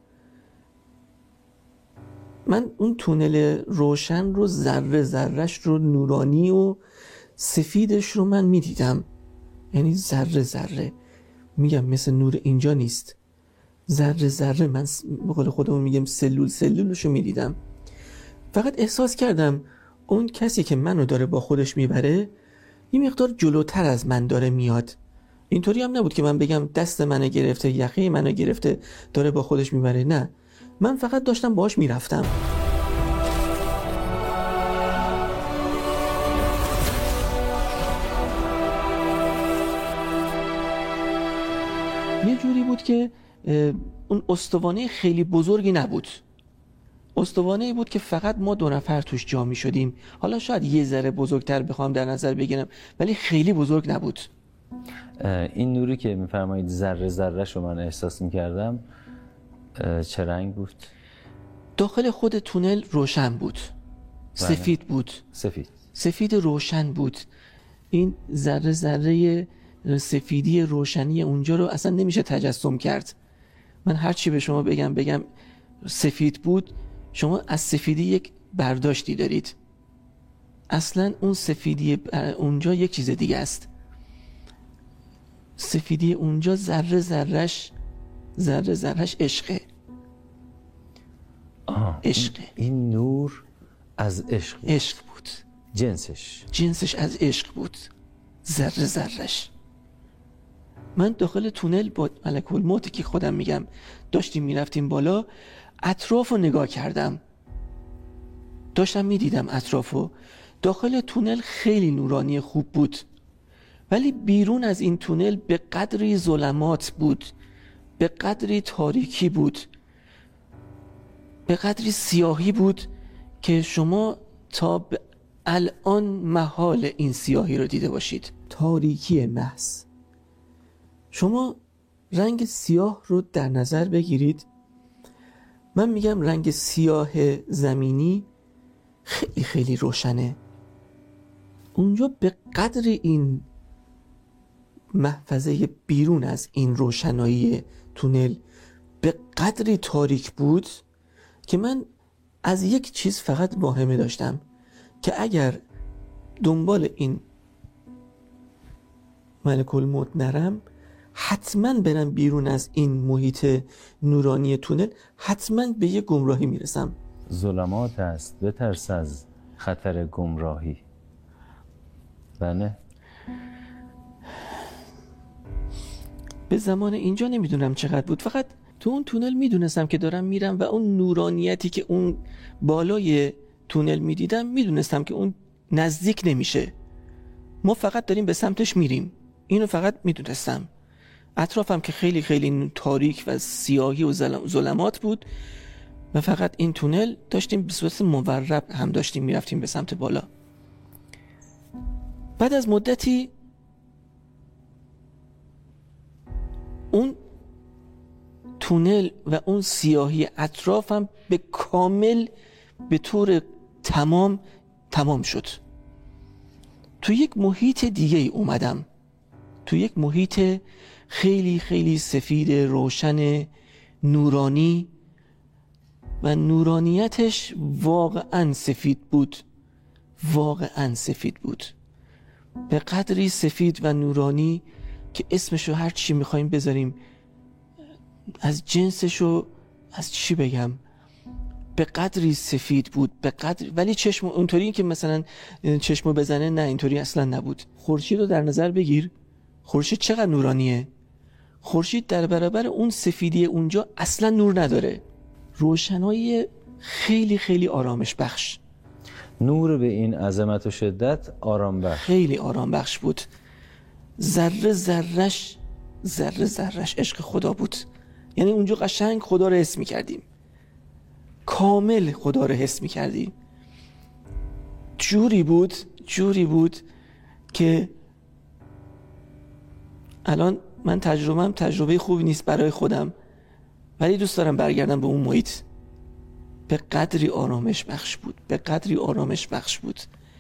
من اون تونل روشن رو ذره ذرهش رو نورانی و سفیدش رو من میدیدم. یعنی ذره ذره، میگم مثل نور اینجا نیست، ذره ذره، من به قول خودمون میگم سلول سلولش رو میدیدم. فقط احساس کردم اون کسی که منو داره با خودش میبره یه مقدار جلوتر از من داره میاد. اینطوری هم نبود که من بگم دست منو گرفته، یقه منو گرفته داره با خودش میبره، نه، من فقط داشتم باهاش میرفتم. یه جوری بود که اون استوانه خیلی بزرگی نبود، استوانه بود که فقط ما دو نفر توش جا می شدیم. حالا شاید یه ذره بزرگتر بخوام در نظر بگیرم، ولی خیلی بزرگ نبود. این نوری که میفرمایید ذره ذره شو من احساس میکردم، چه رنگ بود؟ داخل خود تونل روشن بود، سفید بود، سفید سفید روشن بود. این ذره ذره سفیدی روشنی اونجا رو اصلا نمیشه تجسم کرد. من هر چی به شما بگم بگم سفید بود، شما از سفیدی یک برداشتی دارید، اصلا اون سفیدی اونجا یک چیز دیگه است. سفیدی اونجا ذره ذرهش ذره ذرهش عشقه. عشقه. این نور از عشق بود. عشق بود. جنسش جنسش از عشق بود، ذره ذرهش. من داخل تونل با ملک الموتی که خودم میگم داشتیم میرفتیم بالا، اطراف رو نگاه کردم، داشتم میدیدم اطرافو. داخل تونل خیلی نورانی خوب بود، ولی بیرون از این تونل به قدری ظلمات بود، به قدری تاریکی بود، به قدری سیاهی بود که شما تا به الان محال این سیاهی رو دیده باشید. تاریکی محض. شما رنگ سیاه رو در نظر بگیرید، من میگم رنگ سیاه زمینی خیلی خیلی روشنه، اونجا به قدر این محفظه بیرون از این روشنایی تونل به قدری تاریک بود که من از یک چیز فقط واهمه داشتم که اگر دنبال این ملک الموت نرم، حتما برم بیرون از این محیط نورانی تونل، حتما به یه گمراهی میرسم. ظلمات است، بترس از خطر گمراهی. بله. به زمان اینجا نمیدونم چقدر بود، فقط تو اون تونل میدونستم که دارم میرم و اون نورانیتی که اون بالای تونل میدیدم میدونستم که اون نزدیک نمیشه، ما فقط داریم به سمتش میریم. اینو فقط میدونستم. اطرافم که خیلی خیلی تاریک و سیاهی و ظلمات بود، و فقط این تونل داشتیم به صورت مورب هم داشتیم میرفتیم به سمت بالا. بعد از مدتی اون تونل و اون سیاهی اطرافم به کامل به طور تمام تمام شد. تو یک محیط دیگه ای اومدم، تو یک محیط خیلی خیلی سفید روشن نورانی و نورانیتش واقعا سفید بود، واقعا سفید بود، به قدری سفید و نورانی که اسمشو هر چی میخوایم بذاریم، از جنسشو از چی بگم، به قدری سفید بود، به قدر، ولی چشم اونطوری که مثلا چشمو بزنه، نه اینطوری اصلا نبود. خورشید رو در نظر بگیر، خورشید چقدر نورانیه، خورشید در برابر اون سفیدی اونجا اصلا نور نداره، روشنایی خیلی خیلی آرامش بخش. نور به این عظمت و شدت آرام بخش، خیلی آرام بخش بود. ذره ذرهش ذره ذرهش عشق خدا بود. یعنی اونجا قشنگ خدا رو حس می‌کردیم، کامل خدا رو حس می‌کردیم. جوری بود جوری بود که الان من تجربه‌ام تجربه خوبی نیست برای خودم، ولی دوست دارم برگردم به اون محیط. به قدری آرامش بخش بود، به قدری آرامش بخش بود.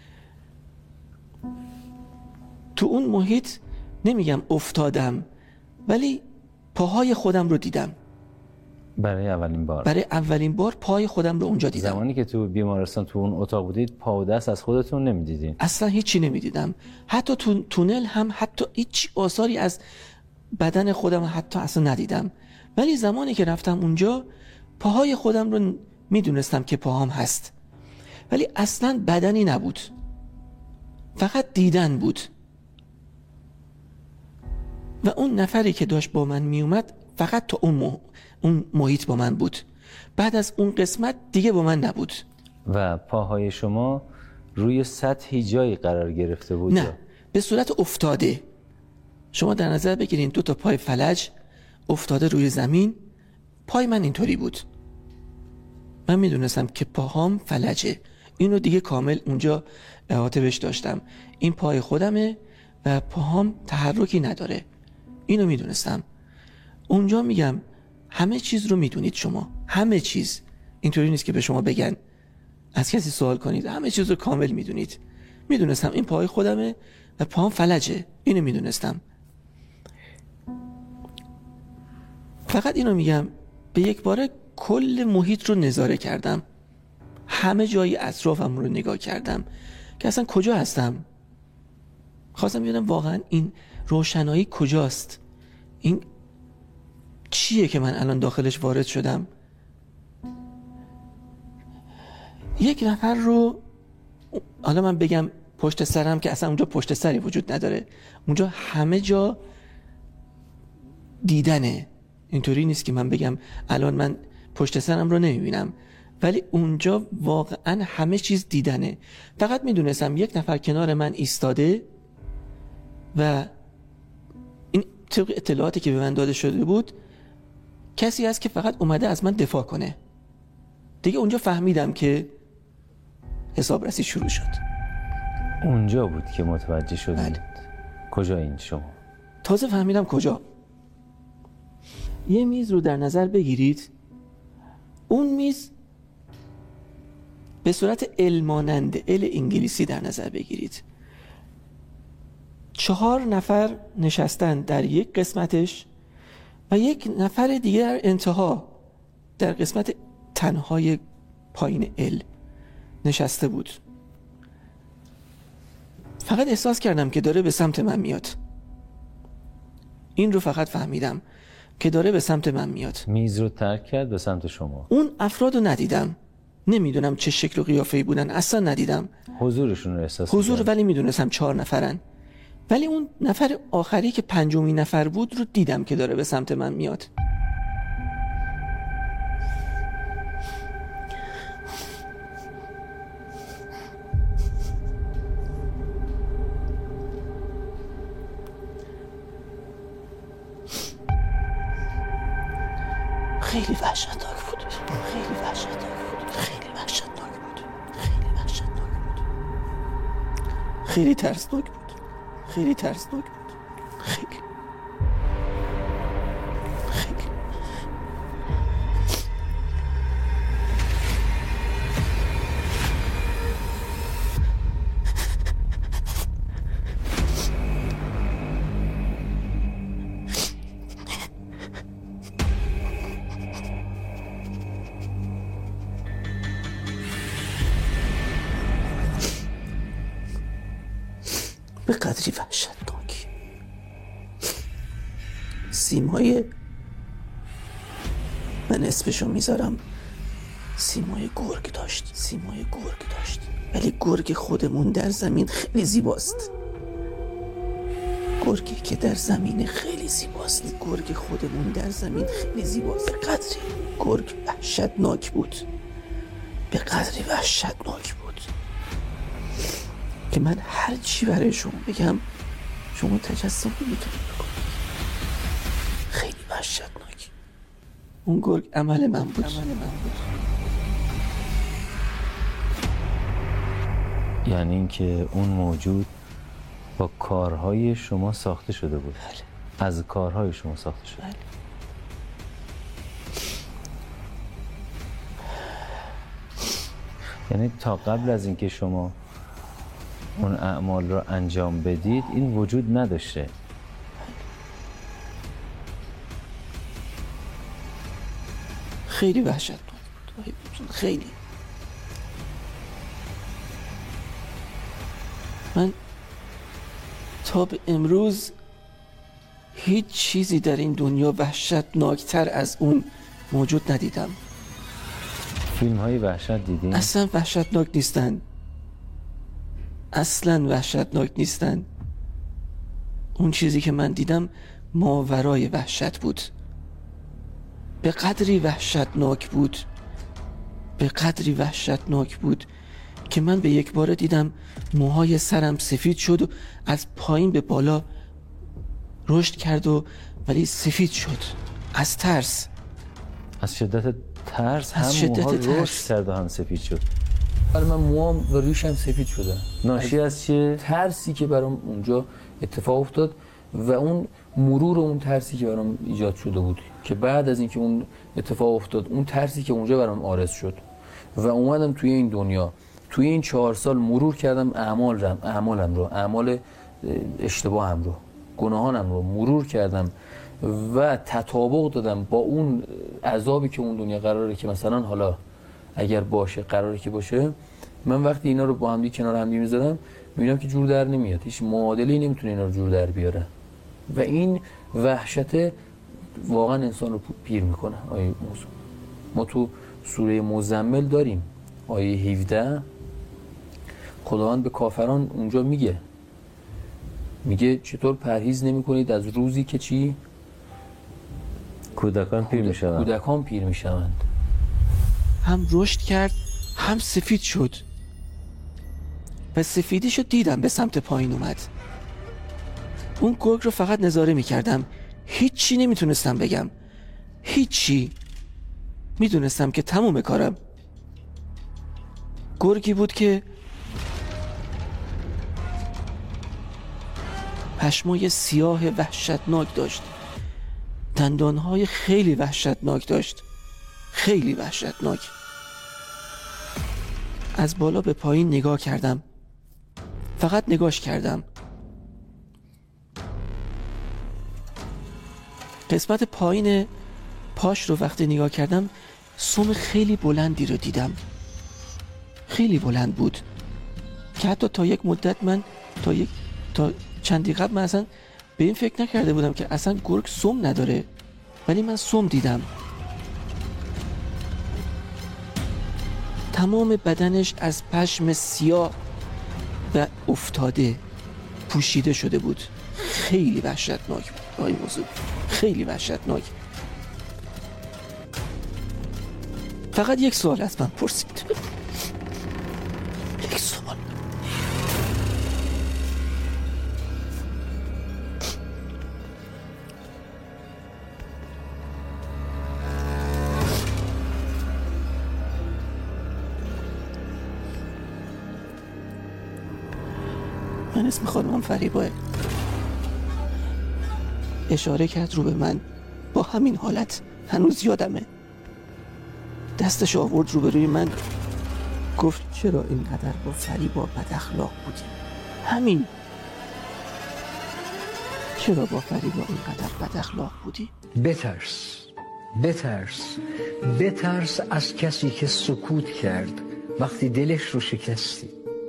تو اون محیط نمیگم افتادم، ولی پاهای خودم رو دیدم. برای اولین بار برای اولین بار پای خودم رو اونجا دیدم. زمانی که تو بیمارستان تو اون اتاق بودید پا و دست از خودتون نمیدیدین؟ اصلا هیچی نمیدیدم. حتی تو تونل هم حتی هیچ آثاری از بدن خودم حتی اصلا ندیدم. ولی زمانی که رفتم اونجا پاهای خودم رو میدونستم که پاهام هست، ولی اصلا بدنی نبود، فقط دیدن بود. و اون نفری که داشت با من میومد فقط تا اون, مح... اون محیط با من بود. بعد از اون قسمت دیگه با من نبود. و پاهای شما روی سطحی جایی قرار گرفته بود؟ نه، به صورت افتاده. شما در نظر بگیرین دو تا پای فلج افتاده روی زمین. پای من اینطوری بود. من میدونستم که پاهام فلجه. اینو دیگه کامل اونجا احاطه بهش داشتم. این پای خودمه و پاهام تحرکی نداره. اینو میدونستم. اونجا میگم همه چیز رو میدونید شما، همه چیز. اینطوری نیست که به شما بگن از کسی سوال کنید، همه چیز رو کامل میدونید. میدونستم این پای خودمه و پاهم فلجه. اینو میدونستم. فقط اینو میگم به یک باره کل محیط رو نظاره کردم، همه جای اطرافم رو نگاه کردم که اصلا کجا هستم. خواستم ببینم واقعا این روشنایی کجاست، این چیه که من الان داخلش وارد شدم. یک نفر رو حالا من بگم پشت سرم، که اصلا اونجا پشت سری وجود نداره، اونجا همه جا دیدنه. اینطوری نیست که من بگم الان من پشت سرم رو نمیبینم، ولی اونجا واقعا همه چیز دیدنه. فقط میدونستم یک نفر کنار من ایستاده و این طبق اطلاعاتی که به من داده شده بود کسی هست که فقط اومده از من دفاع کنه. دیگه اونجا فهمیدم که حسابرسی شروع شد. اونجا بود که متوجه شدید؟ بله. کجا این شما؟ تازه فهمیدم کجا. یه میز رو در نظر بگیرید. اون میز به صورت ال مانند، ال انگلیسی در نظر بگیرید. چهار نفر نشستن در یک قسمتش و یک نفر دیگه در انتها در قسمت تنهای پایین ال نشسته بود. فقط احساس کردم که داره به سمت من میاد. این رو فقط فهمیدم که داره به سمت من میاد. میز رو ترک کرد به سمت شما. اون افراد رو ندیدم، نمیدونم چه شکل و قیافه‌ای بودن، اصلا ندیدم حضورشون رو احساس حضور کرد. ولی میدونستم چهار نفرن. ولی اون نفر آخری که پنجمین نفر بود رو دیدم که داره به سمت من میاد. خیلی وحشتناک بود. خیلی وحشتناک بود. خیلی وحشتناک بود. خیلی وحشتناک بود. خیلی ترسناک بود. خیلی ترسناک بود. خیلی خیلی به قدری وحشتناک. سیمای من اسمشو میذارم سیمای گرگ داشت. سیمای گرگ داشت ولی گرگ خودمون در زمین خیلی زیباست. گرگی که در زمین خیلی زیباست. گرگ خودمون در زمین خیلی زیباست. به قدری گرگ وحشتناک بود. به قدری وحشتناک بود که من هر چی برای شما بگم شما تجسم نمیتونید بکنید. خیلی وحشتناک. اون گرگ عمل من بود. عمل من بود. یعنی اینکه اون موجود با کارهای شما ساخته شده بود. بله. از کارهای شما ساخته شده. بله. یعنی تا قبل از اینکه شما اون اعمال رو انجام بدید این وجود نداشته. خیلی وحشتناک بود. خیلی. من تا به امروز هیچ چیزی در این دنیا وحشتناکتر از اون موجود ندیدم. فیلم های وحشت دیدین؟ اصلا وحشتناک نیستن. اصلا وحشتناک نیستن. اون چیزی که من دیدم ماورای وحشت بود. به قدری وحشتناک بود. به قدری وحشتناک بود که من به یک بار دیدم موهای سرم سفید شد و از پایین به بالا رشد کرد و ولی سفید شد از ترس. از شدت ترس از هم شدت موها ترس. رشد کرد و هم سفید شد. برای من موام و ریشم سفید شده. ناشی از چیه؟ ترسی که برام اونجا اتفاق افتاد و اون مرور اون ترسی که برام ایجاد شده بود که بعد از اینکه اون اتفاق افتاد اون ترسی که اونجا برام آرز شد و اومدم توی این دنیا توی این چهار سال مرور کردم اعمالم اعمالم رو اعمال اشتباهم رو گناهانم رو مرور کردم و تطابق دادم با اون عذابی که اون دنیا قراره که مثلا حالا اگر باشه قراره که باشه. من وقتی اینا رو با هم دیگه کنار هم دیگه میذارم میبینم که جور در نمیاد. هیچ معادلی نمیتونه اینا رو جور در بیاره و این وحشت واقعا انسان رو پیر میکنه. آیه موسی ما تو سوره مزمل داریم آیه هفده خداوند به کافران اونجا میگه میگه چطور پرهیز نمیکنید از روزی که چی کودکان پیر میشوند. کودکان پیر میشوند. هم رشد کرد هم سفید شد و سفیدیشو دیدم به سمت پایین اومد. اون گرگ رو فقط نظاره میکردم. هیچی نمیتونستم بگم. هیچی. میدونستم که تموم کارم. گرگی بود که پشمای سیاه وحشتناک داشت. دندانهای خیلی وحشتناک داشت. خیلی وحشتناک. از بالا به پایین نگاه کردم. فقط نگاش کردم. قسمت پایین پاش رو وقتی نگاه کردم سم خیلی بلندی رو دیدم. خیلی بلند بود که حتی تا یک مدت من تا یک تا چندی قبل من اصلا به این فکر نکرده بودم که اصلا گرگ سم نداره ولی من سم دیدم. تمام بدنش از پشم سیاه و افتاده پوشیده شده بود. خیلی وحشتناک بود آی موضوع. خیلی وحشتناک. فقط یک سوال از من پرسید. یک سوال. من اسم خانمم فریباه. اشاره کرد رو به من با همین حالت، هنوز یادمه. دستش آورد روبروی من، گفت چرا اینقدر با فریبا بد اخلاق بودی؟ همین. چرا با فریبا اینقدر بد اخلاق بودی؟ بترس بترس بترس از کسی که سکوت کرد وقتی دلش رو شکستی.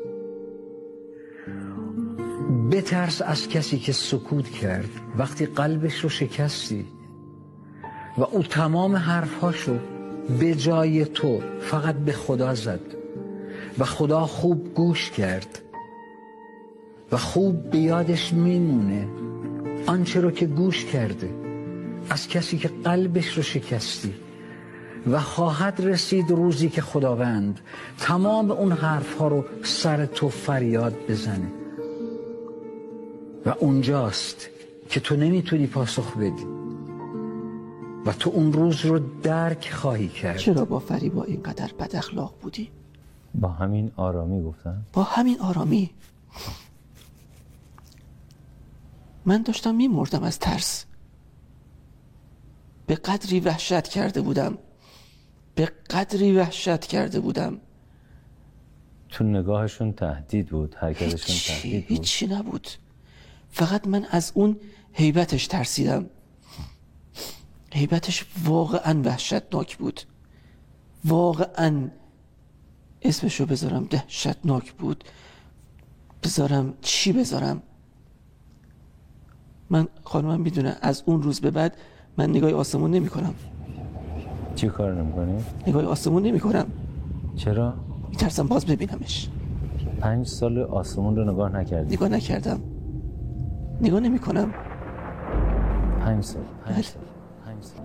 بترس از کسی که سکوت کرد وقتی قلبش رو شکستی و او تمام حرفهاشو به جای تو فقط به خدا زد و خدا خوب گوش کرد و خوب به یادش میمونه آنچه رو که گوش کرده از کسی که قلبش رو شکستی. و خواهد رسید روزی که خداوند تمام اون حرفها رو سر تو فریاد بزنه و اونجاست که تو نمیتونی پاسخ بدی و تو اون روز رو درک خواهی کرد. چرا با فریبا اینقدر بد اخلاق بودی؟ با همین آرامی گفتم. با همین آرامی. من داشتم میمردم از ترس. به قدری وحشت کرده بودم، به قدری وحشت کرده بودم. تو نگاهشون تهدید بود، حرکتشون تهدید بود. هیچی نبود، فقط من از اون هیبتش ترسیدم. هیبتش واقعا وحشتناک بود، واقعا اسمشو بذارم دهشتناک بود. بذارم چی بذارم؟ من خانمم میدونه از اون روز به بعد من نگاه آسمون نمی کنم. چی کار نمی کنی؟ نگاه آسمون نمی کنم. چرا؟ میترسم باز ببینمش. پنج سال آسمون رو نگاه نکردی؟ نگاه نکردم، نگاه نمی کنم. پنج سال پنج سال پنج سال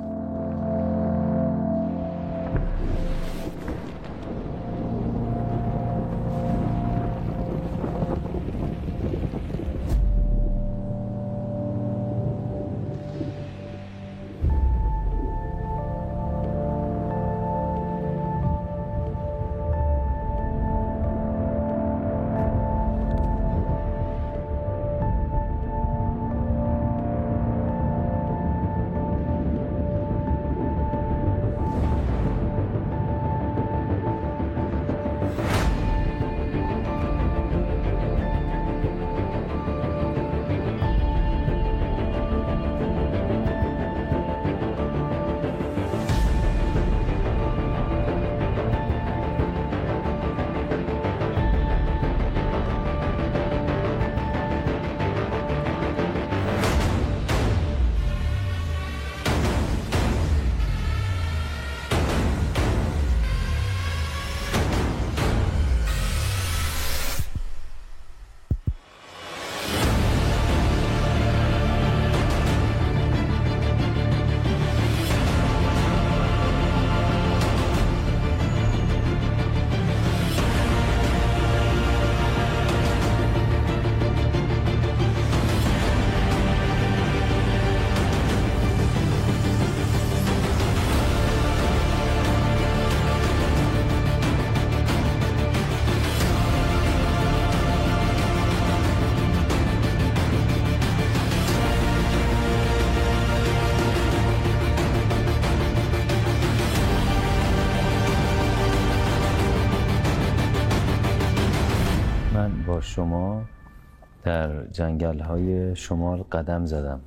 با شما در جنگل‌های شمال قدم زدم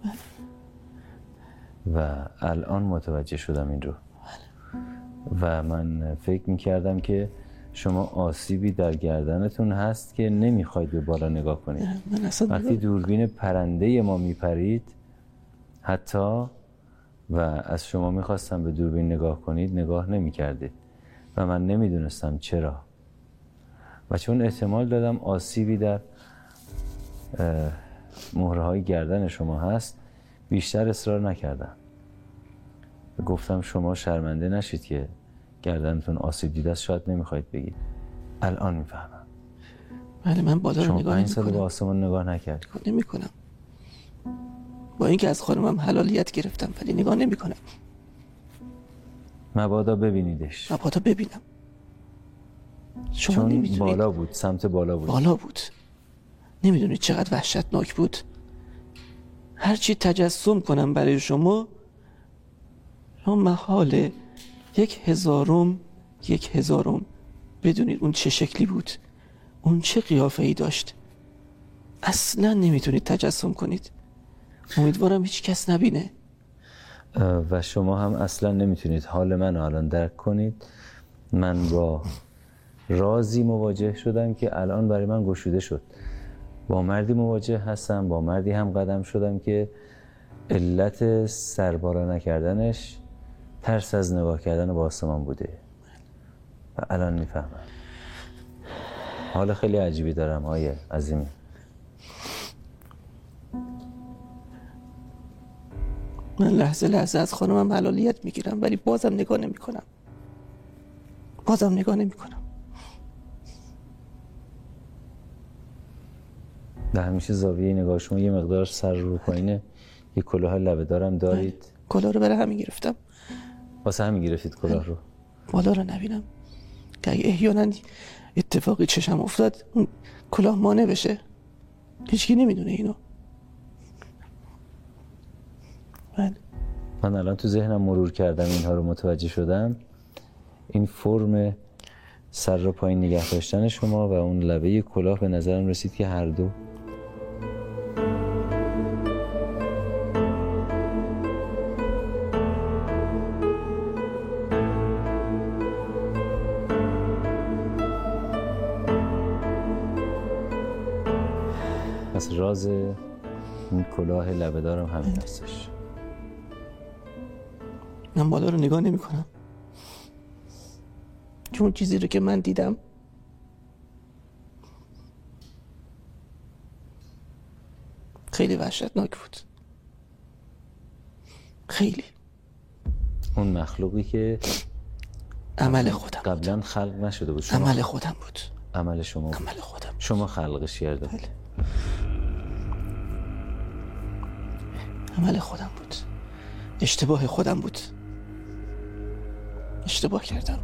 و الان متوجه شدم این رو. و من فکر می‌کردم که شما آسیبی در گردنتون هست که نمی‌خواید به بالا نگاه کنید. وقتی دوربین پرنده ما میپرید حتی و از شما می‌خواستم به دوربین نگاه کنید نگاه نمی‌کردید و من نمی‌دونستم چرا. و چون احتمال دادم آسیبی در مهره‌های گردن شما هست بیشتر اصرار نکردم. گفتم شما شرمنده نشید که گردنتون آسیب دیده است، شاید نمیخواید بگید. الان میفهمم. بله من بالا رو نگاه نمی کنم. شما پنج سال به آسمان نگاه نکرد. نمی کنم. با اینکه از خانمم حلالیت گرفتم ولی نگاه نمی کنم. مبادا ببینیدش. مبادا ببینم. چون بالا بود، سمت بالا بود. بالا بود. نمیدونید چقدر وحشتناک بود. هرچی تجسم کنم برای شما، شما محاله یک هزارم یک هزارم بدونید اون چه شکلی بود، اون چه قیافه ای داشت. اصلا نمیتونید تجسم کنید. امیدوارم هیچ کس نبینه. و شما هم اصلا نمیتونید حال من رو الان درک کنید. من با رازی مواجه شدم که الان برای من گشوده شد. با مردی مواجه هستم، با مردی هم قدم شدم که علت سربالا نکردنش ترس از نگاه کردن با آسمان بوده و الان میفهمم. حال خیلی عجیبی دارم های عظیمی. من لحظه لحظه از خانمم حلالیت میگیرم ولی بازم نگاه نمی کنم. بازم نگاه نمی کنم. و همیشه زاویه نگاه شما یه مقدار سر رو پایینه. یه کلاه لبه دارم دارید. کلاه رو برای همین گرفتم. واسه همین گرفتید کلاه رو؟ بالا رو نبینم که اگه احیانا اتفاقی چشم افتاد اون کلاه مانع بشه. هیچکی نمیدونه اینو. من من الان تو ذهنم مرور کردم اینها رو، متوجه شدم. این فرم سر رو پایین نگه داشتن شما و اون لبه کلاه به نظرم رسید که هر دو پس راز این کلاه لبه دارم همین هستش. من بالا رو نگاه نمی کنم چون چیزی رو که من دیدم خیلی وحشتناک بود. خیلی. اون مخلوقی که عمل خودم قبلا بود. خلق نشده بود. شما عمل خودم بود. عمل شما بود. عمل خودم بود. شما خلقش کرده. بله. عمل خودم بود. اشتباه خودم بود. اشتباه کردم.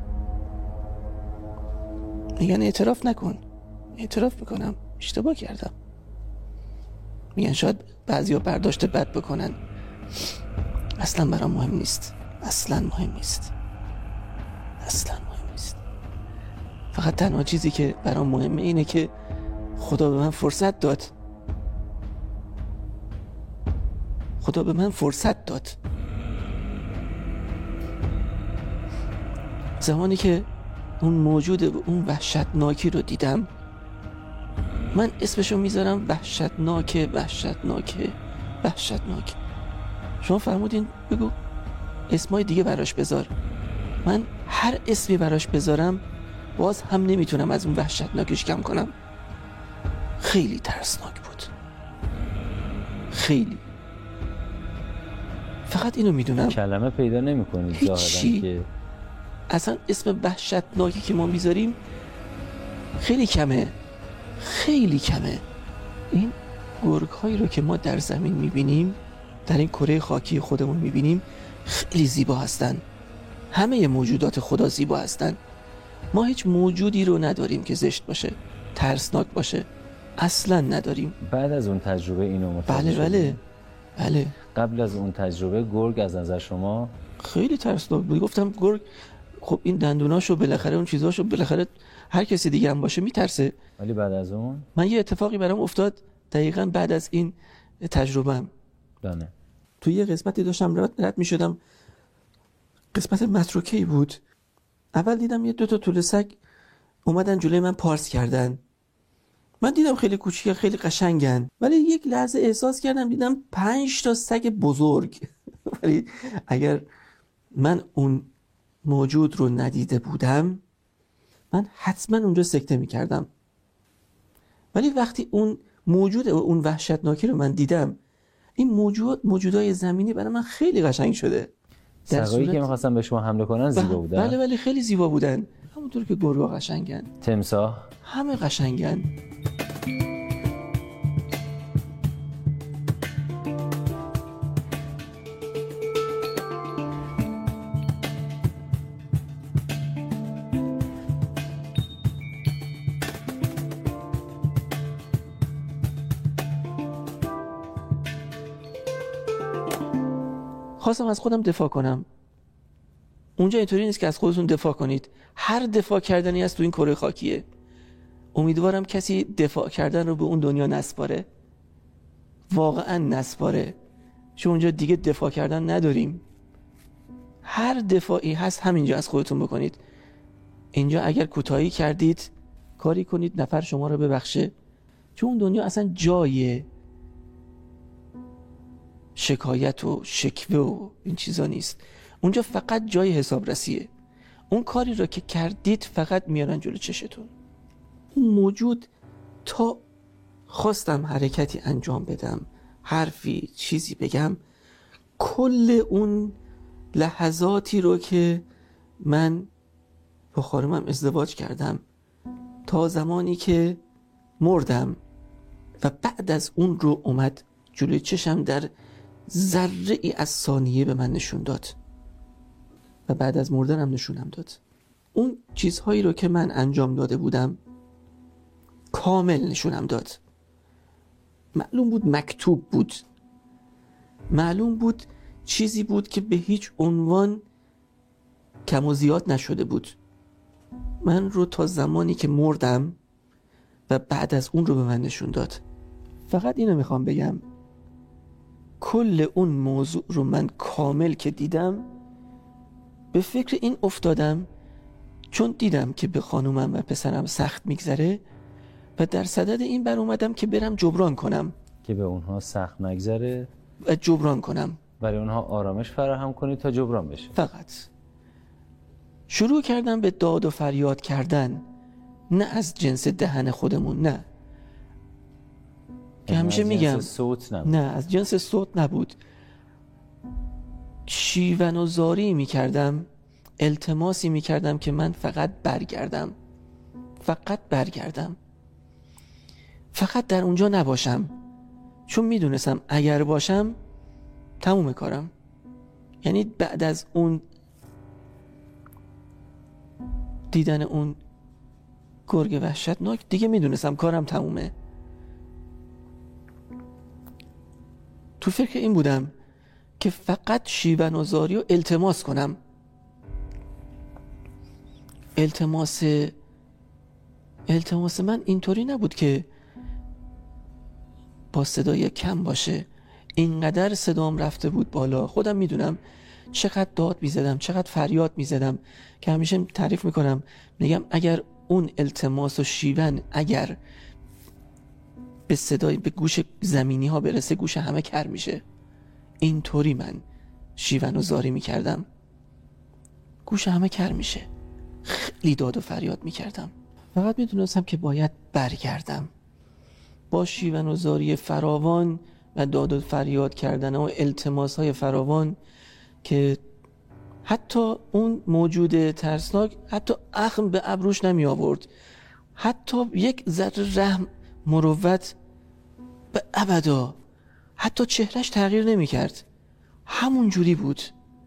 میگن اعتراف نکن. اعتراف میکنم اشتباه کردم. میگن شاید بعضیا برداشت بد بکنن. اصلا برام مهم نیست. اصلا مهم نیست. اصلا مهم نیست. فقط تنها چیزی که برام مهمه اینه که خدا به من فرصت داد. خدا به من فرصت داد. زمانی که اون موجود اون وحشتناکی رو دیدم، من اسمشو میذارم وحشتناک وحشتناک وحشتناک. شما فرمودین بگو اسمای دیگه براش بذار. من هر اسمی براش بذارم باز هم نمیتونم از اون وحشتناکش کم کنم. خیلی ترسناک بود. خیلی. فقط اینو میدونم کلمه پیدا نمی کنید ظاهرا که اصلا اسم وحشتناکی که ما میذاریم خیلی کمه. خیلی کمه. این گرگ هایی رو که ما در زمین میبینیم، در این کره خاکی خودمون میبینیم، خیلی زیبا هستن. همه موجودات خدا زیبا هستن. ما هیچ موجودی رو نداریم که زشت باشه، ترسناک باشه. اصلا نداریم. بعد از اون تجربه اینو متوجه بله شدیم. بله بله. قبل از اون تجربه گرگ از نظر شما خیلی ترسناک بود. گفتم گرگ خب این دندوناشو بالاخره اون چیزاشو بالاخره هر کسی دیگه هم باشه میترسه. ولی بعد از اون من یه اتفاقی برام افتاد دقیقاً بعد از این تجربه‌ام. دانه توی یه قسمتی داشتم رد, رد می‌شدم، قسمت متروکه‌ای بود. اول دیدم یه دو تا توله سگ اومدن جلوی من پارس کردن. من دیدم خیلی کوچیک، خیلی قشنگن، ولی یک لحظه احساس کردم دیدم پنج تا سگ بزرگ. ولی اگر من اون موجود رو ندیده بودم من حتما اونجا سکته می‌کردم. ولی وقتی اون موجود اون وحشتناکی رو من دیدم، این موجود موجودای زمینی برای من خیلی قشنگ شده. سگایی صورت... که می‌خواستن به شما حمله کنن زیبا بودن. بله بله خیلی زیبا بودن. همونطور که گربه‌ها قشنگن. تمساح همه قشنگن. خواستم از خودم دفاع کنم. اونجا اینطوری نیست که از خودتون دفاع کنید، هر دفاع کردنی از تو این کره خاکیه. امیدوارم کسی دفاع کردن رو به اون دنیا نسپاره، واقعا نسپاره، چون اونجا دیگه دفاع کردن نداریم. هر دفاعی هست همینجا از خودتون بکنید. اینجا اگر کوتاهی کردید کاری کنید نفر شما رو ببخشه، چون اون دنیا اصلا جای شکایت و شکوه و این چیزا نیست. اونجا فقط جای حسابرسیه. اون کاری رو که کردید فقط میارن جلو چشتون. اون موجود تا خواستم حرکتی انجام بدم، حرفی چیزی بگم، کل اون لحظاتی رو که من با خانمم ازدواج کردم تا زمانی که مردم و بعد از اون رو اومد جلوی چشم در ذره ای از ثانیه به من نشون داد و بعد از مردنم نشونم داد. اون چیزهایی رو که من انجام داده بودم کامل نشونم داد. معلوم بود مکتوب بود، معلوم بود چیزی بود که به هیچ عنوان کم و زیاد نشده بود. من رو تا زمانی که مردم و بعد از اون رو به من نشون داد. فقط اینو میخوام بگم، کل اون موضوع رو من کامل که دیدم به فکر این افتادم، چون دیدم که به خانومم و پسرم سخت میگذره و در صدد این بر اومدم که برم جبران کنم، که به اونها سخت نگذره و جبران کنم، برای اونها آرامش فراهم کنی تا جبران بشه. فقط شروع کردم به داد و فریاد کردن، نه از جنس دهن خودمون، نه که همیشه میگم صوت نبود. نه از جنس صوت نبود. شیون و زاری میکردم، التماسی میکردم که من فقط برگردم، فقط برگردم، فقط در اونجا نباشم، چون میدونستم اگر باشم تموم کارم. یعنی بعد از اون دیدن اون گرگ وحشتناک دیگه میدونستم کارم تمومه. تو فکر این بودم که فقط شیون و زاری رو التماس کنم. التماس التماس من اینطوری نبود که با صدای کم باشه. اینقدر صدام رفته بود بالا، خودم میدونم چقدر داد میزدم، چقدر فریاد میزدم، که همیشه تعریف میکنم، میگم اگر اون التماس و شیون اگر به صدای به گوش زمینی ها برسه گوش همه کر میشه. اینطوری من شیون و زاری میکردم، گوش همه کر میشه. خیلی داد و فریاد میکردم. فقط میدونستم که باید برگردم با شیون و زاری فراوان و داد و فریاد کردن و التماس های فراوان که حتی اون موجود ترسناک حتی اخم به ابروش نمی آورد، حتی یک ذره رحم مروت به ابدا، حتی چهرش تغییر نمی کرد، همون جوری بود.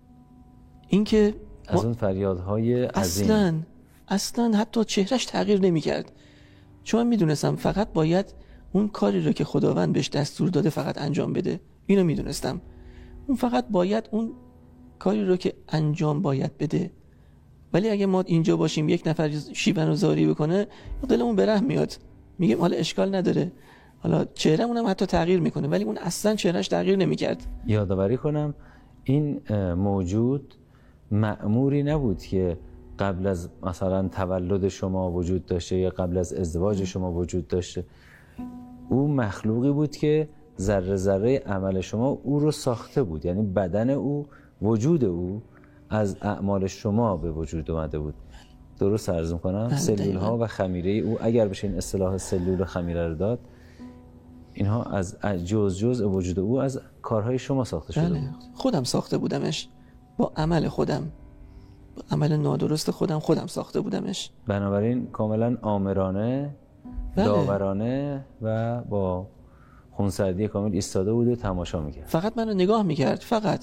اینکه از اون فریادهای عظیم اصلا اصلا حتی چهرش تغییر نمی کرد، چون می دونستم فقط باید اون کاری رو که خداوند بهش دستور داده فقط انجام بده. اینو می دونستم، اون فقط باید اون کاری رو که انجام باید بده. ولی اگه ما اینجا باشیم یک نفر شیون و زاری بکنه دلمون به رحم میاد، میگیم حالا اشکال نداره، حالا چهرهمون هم حتی تغییر میکنه، ولی اون اصلا چهرهش تغییر نمیکرد. یادآوری کنم این موجود مأموری نبود که قبل از مثلا تولد شما وجود داشته یا قبل از ازدواج شما وجود داشته. او مخلوقی بود که ذره ذره عمل شما او رو ساخته بود، یعنی بدن او، وجود او از اعمال شما به وجود اومده بود. درست عرض می‌کنم؟ سلول ها و خمیره او، اگر بشه این اصطلاح سلول و خمیره رو داد، اینها از جز جز وجود او از کارهای شما ساخته شده بله. بود. خودم ساخته بودمش با عمل خودم، با عمل نادرست خودم خودم ساخته بودمش. بنابراین کاملا آمرانه، بله. داورانه و با خونسردی کامل ایستاده بود و تماشا میکرد. فقط منو نگاه میکرد، فقط.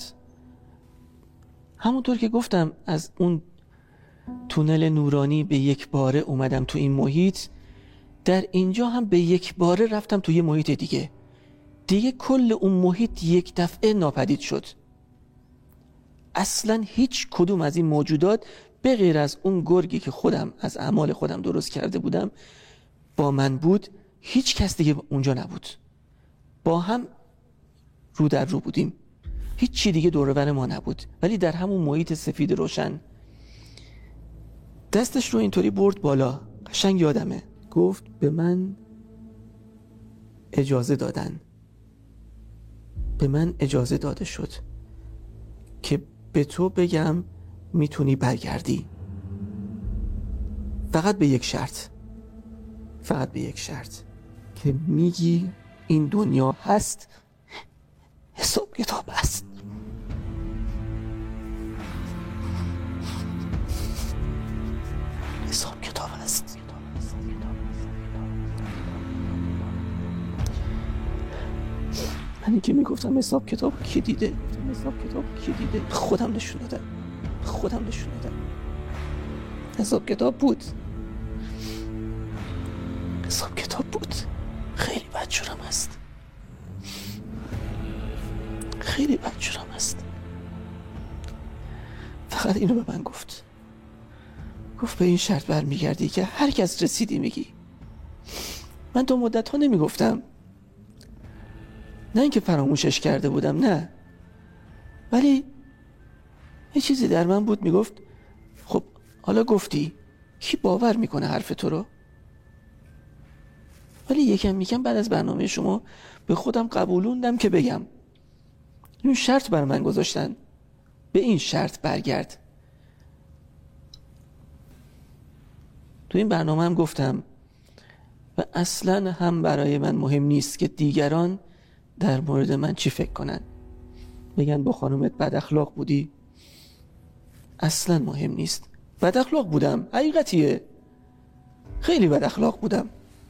همونطور که گفتم از اون تونل نورانی به یک باره اومدم تو این محیط، در اینجا هم به یک باره رفتم تو یه محیط دیگه. دیگه کل اون محیط یک دفعه ناپدید شد. اصلا هیچ کدوم از این موجودات به غیر از اون گرگی که خودم از اعمال خودم درست کرده بودم با من بود، هیچ کس دیگه اونجا نبود. با هم رو در رو بودیم، هیچ چی دیگه دور و بر ما نبود، ولی در همون محیط سفید روشن دستش رو اینطوری برد بالا، قشنگ یادمه، گفت به من اجازه دادن، به من اجازه داده شد که به تو بگم میتونی برگردی، فقط به یک شرط، فقط به یک شرط، که میگی این دنیا هست، حساب کتاب هست. حساب کتاب هست. من که میگفتم حساب کتاب کی دیده، حساب کتاب کی دیده، خودم نشون دادم، خودم نشون دادم. حساب کتاب بود، حساب کتاب بود. خیلی بد شدم هست، خیلی بد شدم هست. فقط اینو به من گفت، گفت به این شرط برمیگردی که هر کس رسیدی میگی. من تا مدت ها نمیگفتم، نه اینکه فراموشش کرده بودم، نه، ولی یه چیزی در من بود میگفت خب حالا گفتی، کی باور میکنه حرف تو رو؟ ولی یکم یکم بعد از برنامه شما به خودم قبولوندم که بگم. این شرط بر من گذاشتن، به این شرط برگرد. تو این برنامه هم گفتم و اصلا هم برای من مهم نیست که دیگران در مورد من چی فکر کنن، بگن با خانومت بد اخلاق بودی، اصلا مهم نیست. بد اخلاق بودم، حقیقتیه، خیلی بد اخلاق بودم.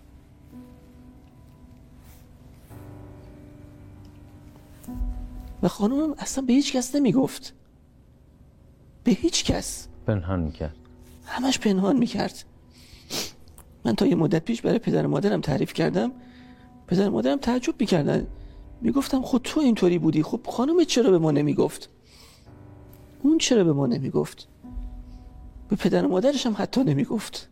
و خانومم اصلا به هیچ کس نمیگفت، به هیچ کس، پنهان میکرد، همش پنهان میکرد. من تا یه مدت پیش برای پدر مادرم تعریف کردم، پدر مادرم تعجب میکردن، میگفتم خود تو اینطوری بودی، خب خانومت چرا به ما نمیگفت؟ اون چرا به ما نمیگفت؟ به پدر مادرش هم حتی نمیگفت،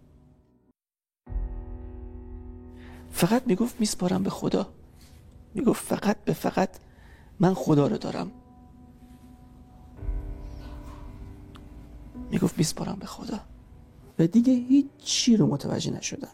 فقط میگفت میسپارم به خدا، میگفت فقط به فقط من خدا رو دارم، میگفت میسپارم به خدا. و دیگه هیچ چی رو متوجه نشدم،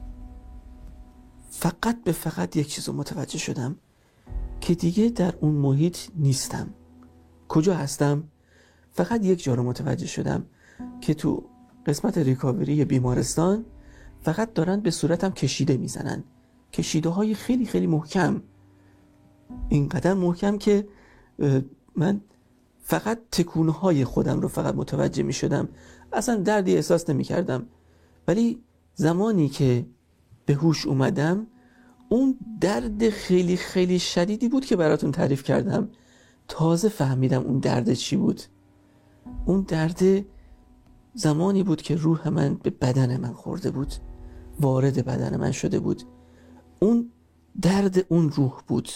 فقط به فقط یک چیز رو متوجه شدم که دیگه در اون محیط نیستم. کجا هستم؟ فقط یک جا رو متوجه شدم که تو قسمت ریکاوری بیمارستان فقط دارن به صورتم کشیده میزنن، کشیده های خیلی خیلی محکم، اینقدر محکم که من فقط تکونه های خودم رو فقط متوجه می شدم، اصلا دردی احساس نمی کردم. ولی زمانی که به هوش اومدم، اون درد خیلی خیلی شدیدی بود که براتون تعریف کردم، تازه فهمیدم اون درد چی بود. اون درد زمانی بود که روح من به بدن من خورده بود، وارد بدن من شده بود. اون درد اون روح بود.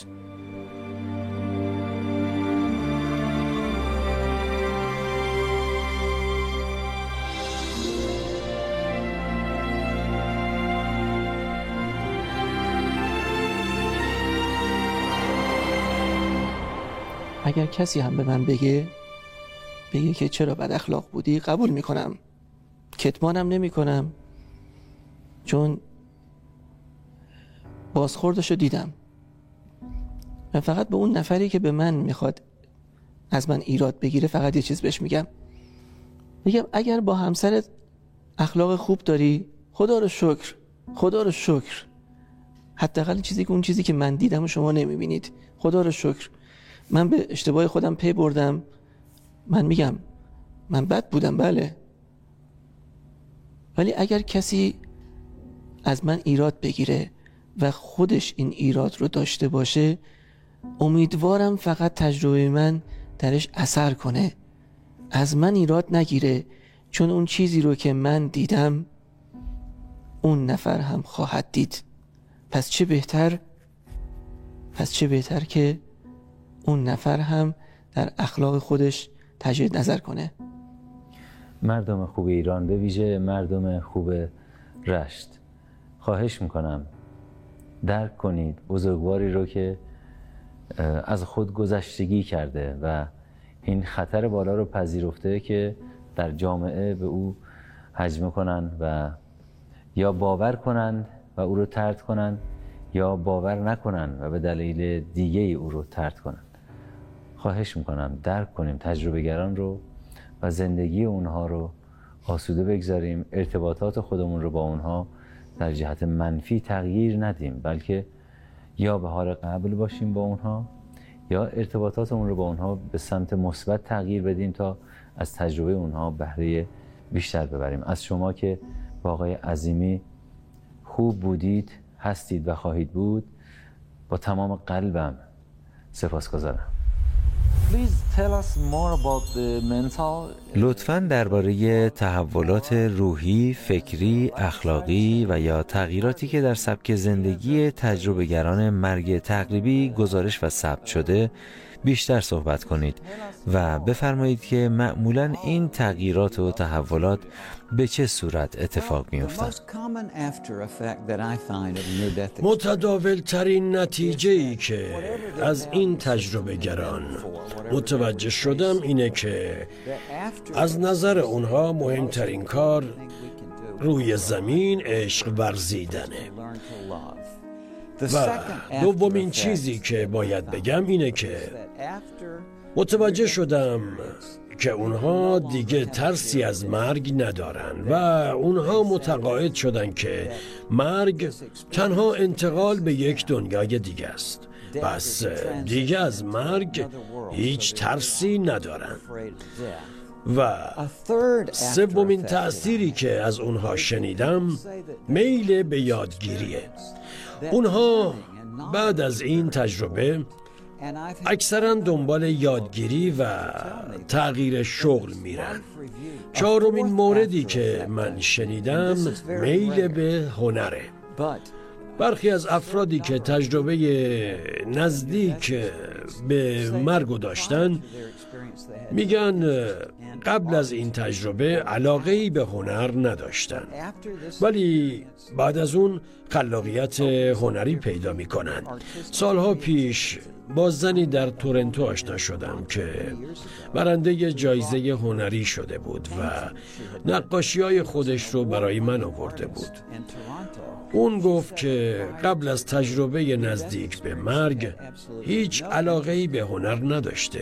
اگر کسی هم به من بگه بگه که چرا بد اخلاق بودی، قبول میکنم، کتمانم نمی کنم، چون بازخوردشو دیدم. من فقط به اون نفری که به من میخواد از من ایراد بگیره فقط یه چیز بهش میگم، میگم اگر با همسرت اخلاق خوب داری، خدا رو شکر، خدا رو شکر، حداقل چیزی که اون چیزی که من دیدم و شما نمیبینید، خدا رو شکر. من به اشتباه خودم پی بردم، من میگم من بد بودم، بله، ولی اگر کسی از من ایراد بگیره و خودش این ایراد رو داشته باشه، امیدوارم فقط تجربه من درش اثر کنه، از من ایراد نگیره، چون اون چیزی رو که من دیدم اون نفر هم خواهد دید. پس چه بهتر پس چه بهتر که اون نفر هم در اخلاق خودش تجدید نظر کنه. مردم خوب ایران، به ویژه مردم خوب رشت، خواهش میکنم درک کنید بزرگواری رو که از خود گذشتگی کرده و این خطر بالا رو پذیرفته که در جامعه به او هجمه کنن و یا باور کنند و او رو طرد کنند یا باور نکنن و به دلیل دیگه او رو طرد کنن. خواهش میکنم درک کنیم تجربه گران رو و زندگی اونها رو آسوده بگذاریم، ارتباطات خودمون رو با اونها در جهت منفی تغییر ندیم، بلکه یا به حال قبل باشیم با اونها یا ارتباطاتمون رو با اونها به سمت مثبت تغییر بدیم تا از تجربه اونها بهره بیشتر ببریم. از شما که با آقای عظیمی خوب بودید، هستید و خواهید بود، با تمام قلبم سپاسگزارم. لطفاً درباره تحولات روحی، فکری، اخلاقی و یا تغییراتی که در سبک زندگی تجربه گران مرگ تقریبی گزارش و ثبت شده بیشتر صحبت کنید و بفرمایید که معمولاً این تغییرات و تحولات به چه صورت اتفاق می‌افتند. متداول ترین نتیجه ای که از این تجربه گران متوجه شدم اینه که از نظر اونها مهمترین کار روی زمین عشق ورزیدنه. و دومین چیزی که باید بگم اینه که متوجه شدم که اونها دیگه ترسی از مرگ ندارن و اونها متقاعد شدن که مرگ تنها انتقال به یک دنیای دیگه است. پس دیگه از مرگ هیچ ترسی ندارن. و سومین تأثیری که از اونها شنیدم میل به یادگیریه. اونها بعد از این تجربه اکثرا دنبال یادگیری و تغییر شغل میرن. چهارمین موردی که من شنیدم میل به هنره. برخی از افرادی که تجربه نزدیک به مرگ داشتن میگن قبل از این تجربه علاقه‌ای به هنر نداشتن، ولی بعد از اون خلاقیت هنری پیدا میکنن. سالها پیش با زنی در تورنتو آشنا شدم که برنده جایزه هنری شده بود و نقاشی‌های خودش رو برای من آورده بود. اون گفت که قبل از تجربه نزدیک به مرگ هیچ علاقه‌ای به هنر نداشته،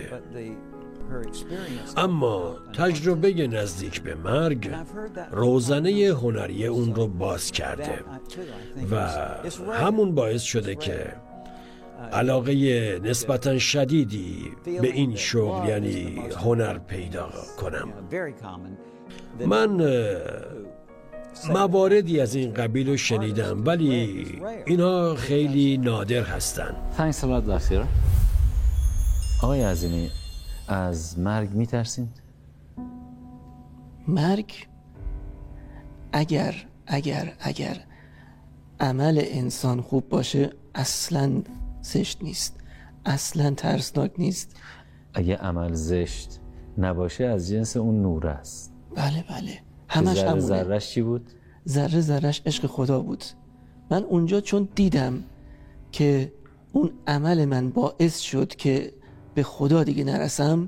اما تجربه نزدیک به مرگ روزنه هنری اون رو باز کرده و همون باعث شده که علاقه نسبتاً شدیدی به این شغل یعنی هنر پیدا کنم. من مواردی از این قبیل رو شنیدم، ولی اینها خیلی نادر هستن. آقای عظیمی، از مرگ میترسین؟ مرگ اگر اگر اگر عمل انسان خوب باشه اصلاً زشت نیست، اصلاً ترسناک نیست. اگه عمل زشت نباشه از جنس اون نور است. بله بله، همش همونه. ذره ذرهش چی بود؟ ذره ذرهش عشق خدا بود. من اونجا چون دیدم که اون عمل من باعث شد که به خدا دیگه نرسم،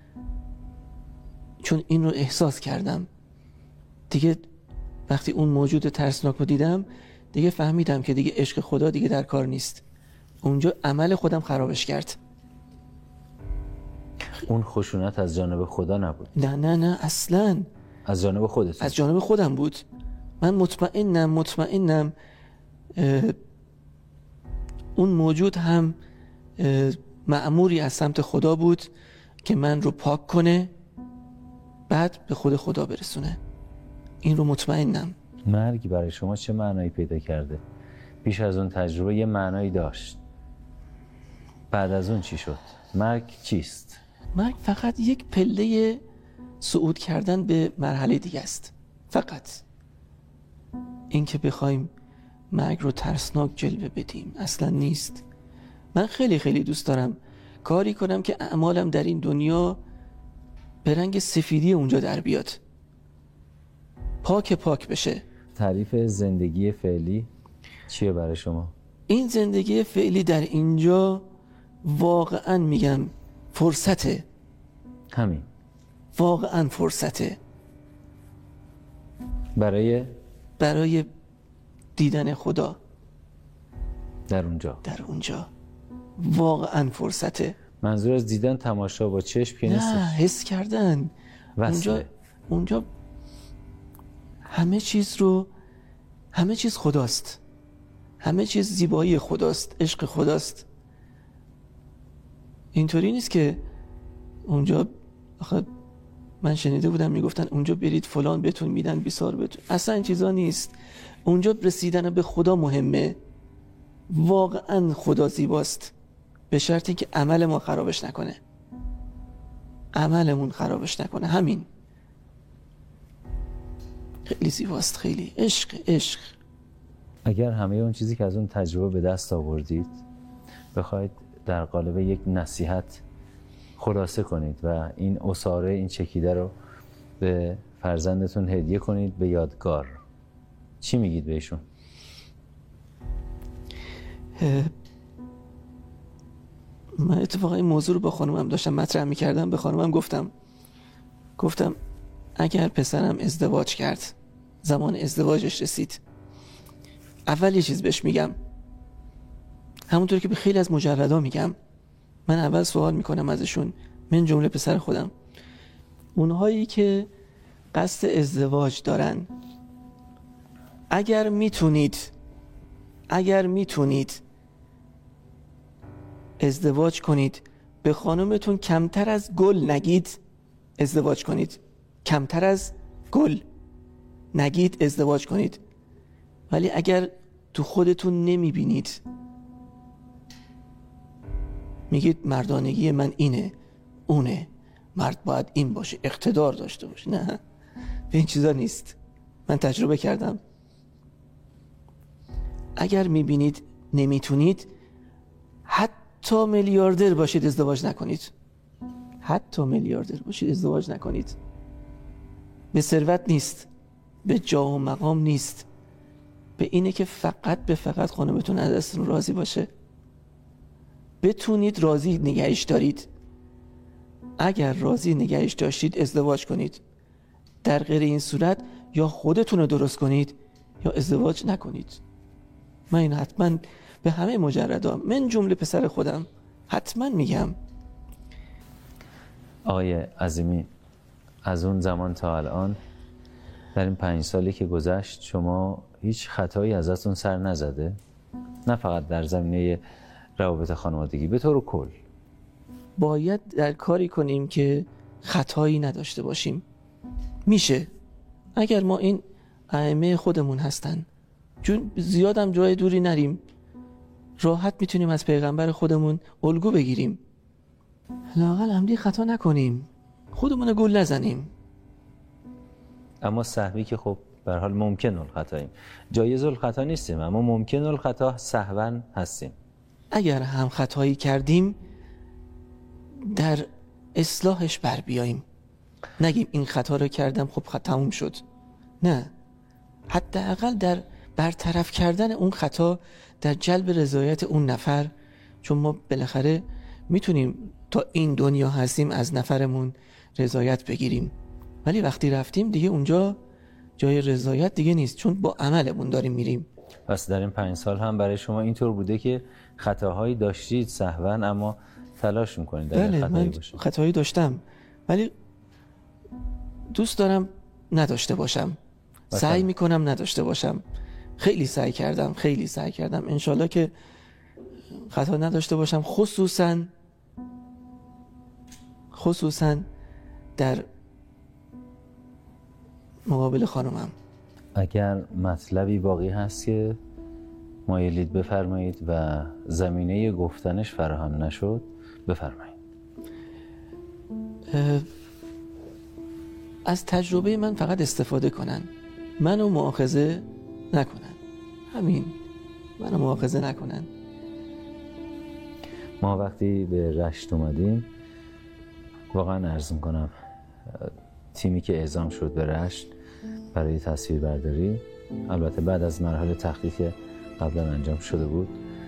چون این رو احساس کردم دیگه، وقتی اون موجود ترسناک رو دیدم دیگه فهمیدم که دیگه عشق خدا دیگه در کار نیست. اونجا عمل خودم خرابش کرد. اون خشونت از جانب خدا نبود؟ نه نه نه اصلاً. از جانب خودت؟ از جانب خودم بود. من مطمئنم مطمئنم اون موجود هم مأموری از سمت خدا بود که من رو پاک کنه بعد به خود خدا برسونه. این رو مطمئنم. مرگ برای شما چه معنایی پیدا کرده؟ پیش از اون تجربه یه معنایی داشت، بعد از اون چی شد؟ مرگ چیست؟ مرگ فقط یک پله صعود کردن به مرحله دیگه است. فقط این که بخوایم مرگ رو ترسناک جلوه بدیم اصلا نیست. من خیلی خیلی دوست دارم کاری کنم که اعمالم در این دنیا به رنگ سفیدی اونجا در بیاد، پاک پاک بشه. تعریف زندگی فعلی چیه برای شما؟ این زندگی فعلی در اینجا واقعا میگم فرصته، همین واقعا فرصته برای برای دیدن خدا در اونجا. در اونجا واقعا فرصته. منظور از دیدن تماشا با چشم که نیست، نه، حس کردن. اونجا اونجا همه چیز رو همه چیز خداست، همه چیز زیبایی خداست، عشق خداست. اینطوری نیست که اونجا، آخه من شنیده بودم میگفتن اونجا برید فلان بهتون میدن، بیسار بهتون، اصلا این چیزا نیست. اونجا رسیدن به خدا مهمه. واقعا خدا زیباست، به شرط اینکه عمل ما خرابش نکنه، عملمون خرابش نکنه. همین. خیلی زیباست، خیلی عشق عشق. اگر همه اون چیزی که از اون تجربه به دست آوردید بخواید در قالب یک نصیحت خلاصه کنید و این اساره، این چکیده رو به فرزندتون هدیه کنید به یادگار، چی میگید بهشون؟ من اتفاقا این موضوع رو با خانومم داشتم مطرح میکردم، به خانومم گفتم گفتم اگر پسرم ازدواج کرد، زمان ازدواجش رسید، اول یه چیز بهش میگم، همونطور که به خیلی از مجردا میگم. من اول سوال میکنم ازشون، من جمله پسر خودم، اونهایی که قصد ازدواج دارن، اگر میتونید اگر میتونید ازدواج کنید، به خانومتون کمتر از گل نگید ازدواج کنید، کمتر از گل نگید ازدواج کنید. ولی اگر تو خودتون نمیبینید، میگید مردانگی من اینه اونه، مرد باید این باشه، اقتدار داشته باشه، نه، به این چیزا نیست. من تجربه کردم. اگر میبینید نمیتونید، حتی میلیاردر باشید ازدواج نکنید، حتی میلیاردر باشید ازدواج نکنید. به ثروت نیست، به جاه و مقام نیست، به اینه که فقط به فقط خانمتون از دستتون راضی باشه، بتونید راضی نگهش دارید. اگر راضی نگهش داشتید ازدواج کنید، در غیر این صورت یا خودتون رو درست کنید یا ازدواج نکنید. من این حتما به همه مجردا، من جمله پسر خودم، حتما میگم. آقای عظیمی، از اون زمان تا الان در این پنج سالی که گذشت شما هیچ خطایی ازتون سر نزده؟ نه فقط در زمینه روابط خانوادگی، به طور کل. باید در کاری کنیم که خطایی نداشته باشیم. میشه اگر ما این ائمه خودمون هستن، چون زیادم جای دوری نریم، راحت میتونیم از پیغمبر خودمون الگو بگیریم. لااقل عمدی خطا نکنیم، خودمون گول نزنیم. اما سهوی که خب به هر حال ممکن الخطاییم، جایز الخطا نیستیم، اما ممکن الخطا سهوا هستیم. اگر هم خطایی کردیم در اصلاحش بر بیاییم، نگیم این خطا رو کردم خب خطا تموم شد، نه، حداقل در برطرف کردن اون خطا، در جلب رضایت اون نفر. چون ما بالاخره میتونیم تا این دنیا هستیم از نفرمون رضایت بگیریم، ولی وقتی رفتیم دیگه اونجا جای رضایت دیگه نیست، چون با عملمون داریم میریم. پس در این پنج سال هم برای شما اینطور بوده که خطاهایی داشتید سهوا، اما تلاش میکنید در بله، خطایی من باشه؟ خطایی داشتم، ولی دوست دارم نداشته باشم، بسن. سعی میکنم نداشته باشم. خیلی سعی کردم، خیلی سعی کردم انشالله که خطا نداشته باشم، خصوصا خصوصا در مقابل خانمم. اگر مطلبی باقی هست که مایلید بفرمایید و زمینه گفتنش فراهم نشد بفرمایید. از تجربه من فقط استفاده کنن، منو مؤاخذه نکنن، همین، منو مؤاخذه نکنن. ما وقتی به رشت اومدیم واقعا عرض میکنم تیمی که اعزام شد به رشت برای تصویربرداری، البته بعد از مرحله تحقیق که قبلا انجام شده بود،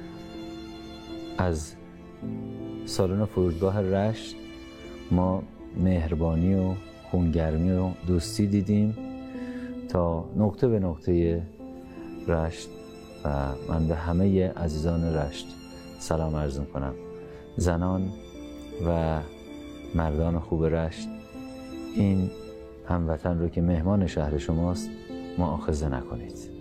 از سالن فرودگاه رشت ما مهربانی و خونگرمی و دوستی دیدیم تا نقطه به نقطه رشت و من به همه عزیزان رشت سلام عرض می‌کنم. زنان و مردان خوب رشت، این هموطن رو که مهمان شهر شماست مؤاخذه نکنید.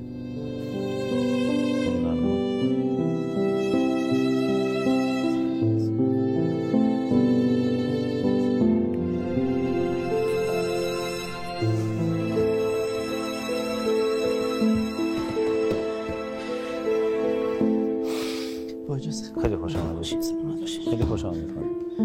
خیلی خوش آمدید. خیلی خوش آمدید.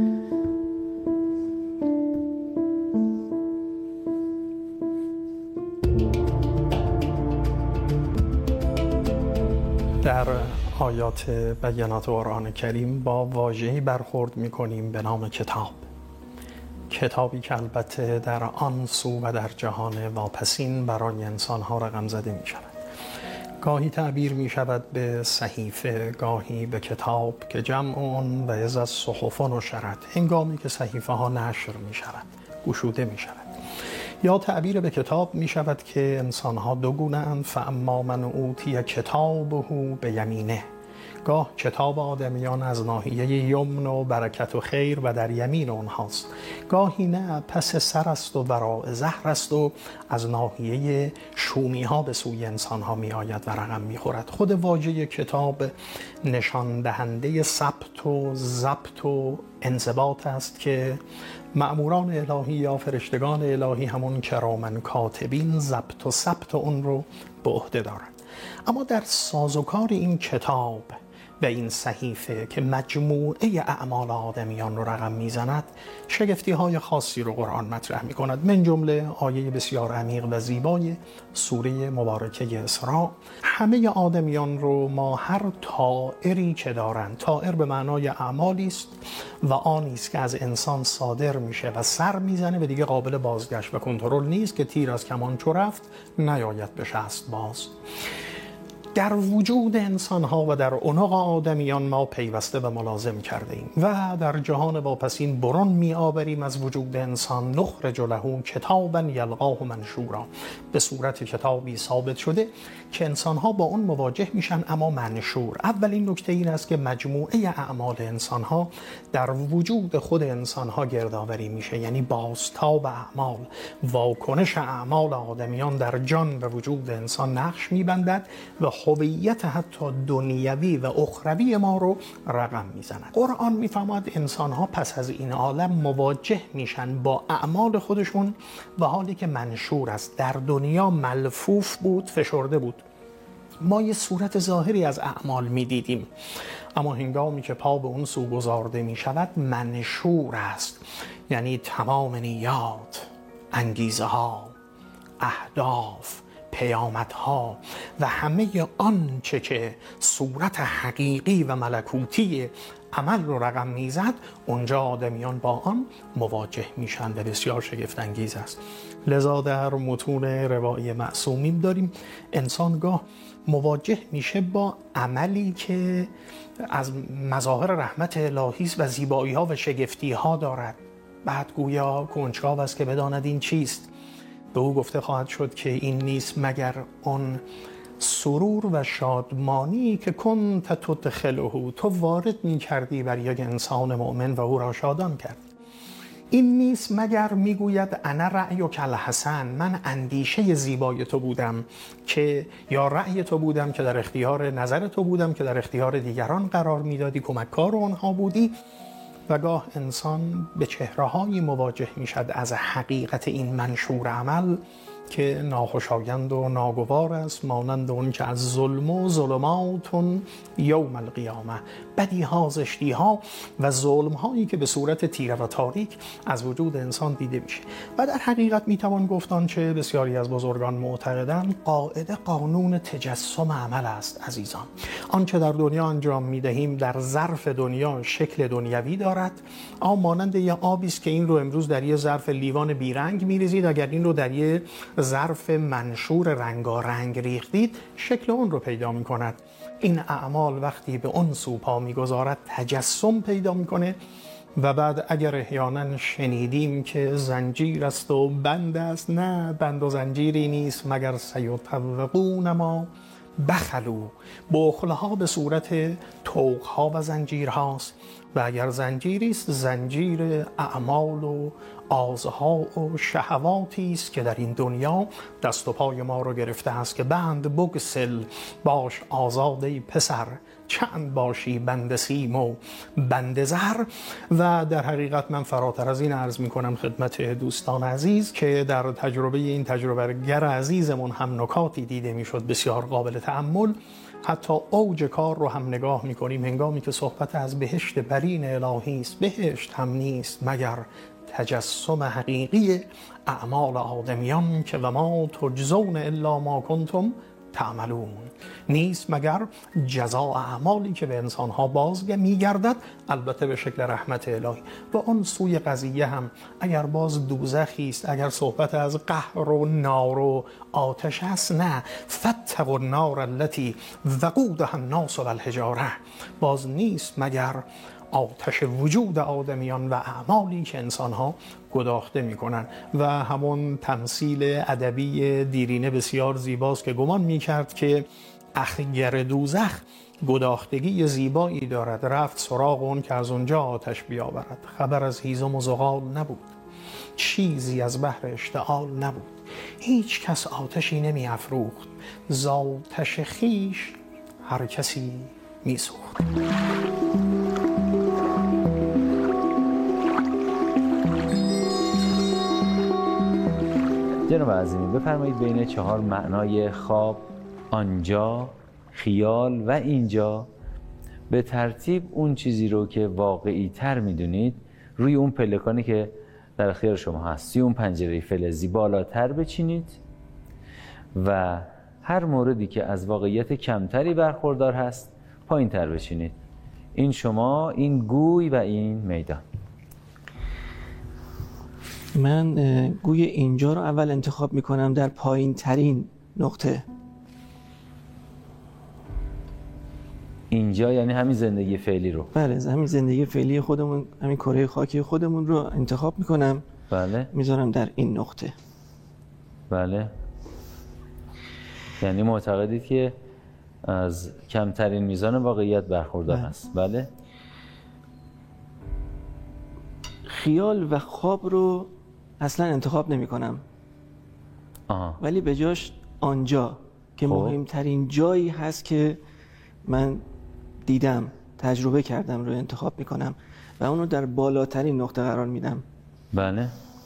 در آیات بیانات قرآن کریم با واژه‌ای برخورد می‌کنیم به نام کتاب. کتابی که البته در آن سو و در جهان واپسین برای انسان‌ها رقم زده می‌شود. گاهی تعبیر می شود به صحیفه، گاهی به کتاب که جمع اون و از از صحف نشرت، هنگامی که صحیفه ها نشر می شود، گشوده می شود. یا تعبیر به کتاب می شود که انسان ها دو گونه اند، فاما من اوتی کتابه به یمینه. گاه کتاب آدمیان از ناحیه یمن و برکت و خیر و در یمین اونهاست، گاهی نه، پس سر است و وراء ظهر است و از ناحیه شومی ها به سوی انسان ها می آید و رقم می خورد. خود واژه کتاب نشان دهنده ثبت و ضبط و انضباط است که مأموران الهی یا فرشتگان الهی، همون کرامن کاتبین، ضبط و ثبت اون رو به عهده دارند. اما در سازوکار این کتاب و این صحیفه که مجموعه اعمال آدمیان رو رقم میزند، شگفتی های خاصی رو قرآن مطرح می کند. من جمله آیه بسیار عمیق و زیبای سوره مبارکه اسراء. همه آدمیان رو ما هر طائری که دارند، طائر به معنای اعمالی است و آنی است که از انسان صادر میشه و سر میزنه و دیگه قابل بازگشت و کنترل نیست، که تیر از کمان چو رفت نیاید به شست باز. در وجود انسان ها و در عنق آدمیان ما پیوسته و ملازم کرده ایم و در جهان واپسین برون می آوریم از وجود انسان. نخرج له کتابا یلقاه منشورا، به صورت کتابی ثابت شده که انسان ها با اون مواجه میشن اما منشور. اولین نکته این است که مجموعه اعمال انسان ها در وجود خود انسان ها گردآوری میشه، یعنی بازتاب اعمال، واکنش اعمال آدمیان در جان و وجود انسان نقش میبندد و هویت حتی دنیوی و اخروی ما رو رقم میزند. قرآن میفهمد انسان ها پس از این عالم مواجه میشن با اعمال خودشون و حالی که منشور است، در دنیا ملفوف بود، فشرده بود. ما یه صورت ظاهری از اعمال میدیدیم، اما هنگامی که پا به اون سو گذارده میشود منشور است، یعنی تمام نیات، انگیزه ها، اهداف، پیامدها و همه آنچه که صورت حقیقی و ملکوتی عمل رو رقم میزد، اونجا آدمیان با آن مواجه میشن و بسیار شگفت انگیز است. لذا در متون روایی معصومین داریم انسان گاه مواجه میشه با عملی که از مظاهر رحمت الهی است و زیبایی ها و شگفتی ها دارد. بعد گویا کنجکاو است که بداند این چیست. به او گفته خواهد شد که این نیست مگر اون سرور و شادمانی که کنت تدخله، تو وارد می کردی بر یک انسان مؤمن و او را شادان کرد. این نیست مگر میگوید انا رأیک الحسن، من اندیشه زیبای تو بودم که یا رأی تو بودم که در اختیار نظر تو بودم که در اختیار دیگران قرار میدادی، کمککار آنها بودی. و گاه انسان به چهره‌هایی مواجه میشد از حقیقت این منشور عمل که ناخوشایند و ناگوار است، مانند اون که از ظلم و ظلمات یوم القیامه، بدی ها، زشتی ها و ظلم هایی که به صورت تیره و تاریک از وجود انسان دیده میشه. و در حقیقت میتوان گفتن که بسیاری از بزرگان معتقدند قاعده قانون تجسم عمل است. عزیزان، آنچه در دنیا انجام میدهیم در ظرف دنیا شکل دنیوی دارد، اما مانند یه آبی است که این رو امروز در یه ظرف لیوان بیرنگ میریزید، اگر این رو در یه ظرف منشور رنگارنگ ریختید شکل اون رو پیدا میکند. این اعمال وقتی به اون سو پا میگذارد تجسم پیدا میکنه. و بعد اگر احیانا شنیدیم که زنجیر است و بند است، نه، بند و زنجیری نیست مگر سیطوقون ما بخلو. بخلها به صورت طوقها و زنجیرهاست، و اگر زنجیری است زنجیر اعمال و آزها و شهواتی است که در این دنیا دست و پای ما رو گرفته است که بند بگسل باش آزاده پسر، چند باشی بند سیم و بند زر. و در حقیقت من فراتر از این عرض می کنم خدمت دوستان عزیز که در تجربه این تجربه گر عزیزمون هم نکاتی دیده می شد بسیار قابل تأمل. حتی اوج کار رو هم نگاه می کنیم هنگامی که صحبت از بهشت برین الهی است. بهشت هم نیست مگر تجسم حقیقی اعمال آدمیان که و ما تجزون الا ما کنتم تعملون، نیست مگر جزاء اعمالی که به انسانها باز میگردد، البته به شکل رحمت الهی. و اون سوی قضیه هم اگر باز دوزخی است، اگر صحبت از قهر و نار و آتش است، نه، فاتقوا النار التي وقودها الناس والحجاره، باز نیست مگر آتش وجود آدمیان و اعمالی که انسانها گداخته میکنن. و همون تمثیل ادبی دیرینه بسیار زیباست که گمان میکرد که اخگر دوزخ گداختگی زیبایی دارد، رفت سراغ اون که از اونجا آتش بیاورد. خبر از هیزم و زغال نبود، چیزی از بحر اشتعال نبود، هیچ کس آتشی نمی افروخت، ز آتش خویش هر کسی می سوخت. جناب عظیمی بفرمایید بین چهار معنای خواب، آنجا، خیال و اینجا به ترتیب اون چیزی رو که واقعی تر میدونید روی اون پلکانی که در اختیار شما هست، روی اون پنجره فلزی بالاتر بچینید و هر موردی که از واقعیت کمتری برخوردار هست پایین تر بچینید. این شما، این گوی و این میدان. من گوی اینجا رو اول انتخاب میکنم در پایین ترین نقطه. اینجا یعنی همین زندگی فعلی رو؟ بله، همین زندگی فعلی خودمون، همین کره خاکی خودمون رو انتخاب میکنم. بله. میذارم در این نقطه. بله. یعنی معتقدید که از کمترین میزان واقعیت برخوردار بله. هست. بله. خیال و خواب رو اصلا انتخاب نمی کنم. آها. ولی به جاش آنجا که خب. مهمترین جایی هست که من دیدم، تجربه کردم رو انتخاب می کنم و اونو در بالاترین نقطه قرار میدم. بله.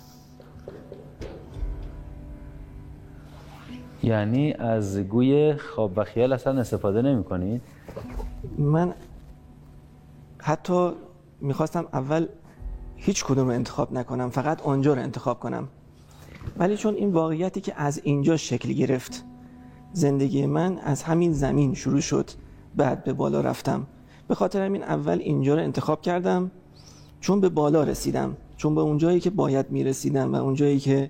یعنی از گوی خواب و خیال اصلا استفاده نمی کنید؟ من حتی میخواستم اول هیچ کدوم رو انتخاب نکنم، فقط آنجا رو انتخاب کنم. ولی چون این واقعیتی که از اینجا شکل گرفت، زندگی من از همین زمین شروع شد، بعد به بالا رفتم، به خاطر همین اول اینجا رو انتخاب کردم، چون به بالا رسیدم، چون به اون جایی که باید میرسیدم و اون جایی که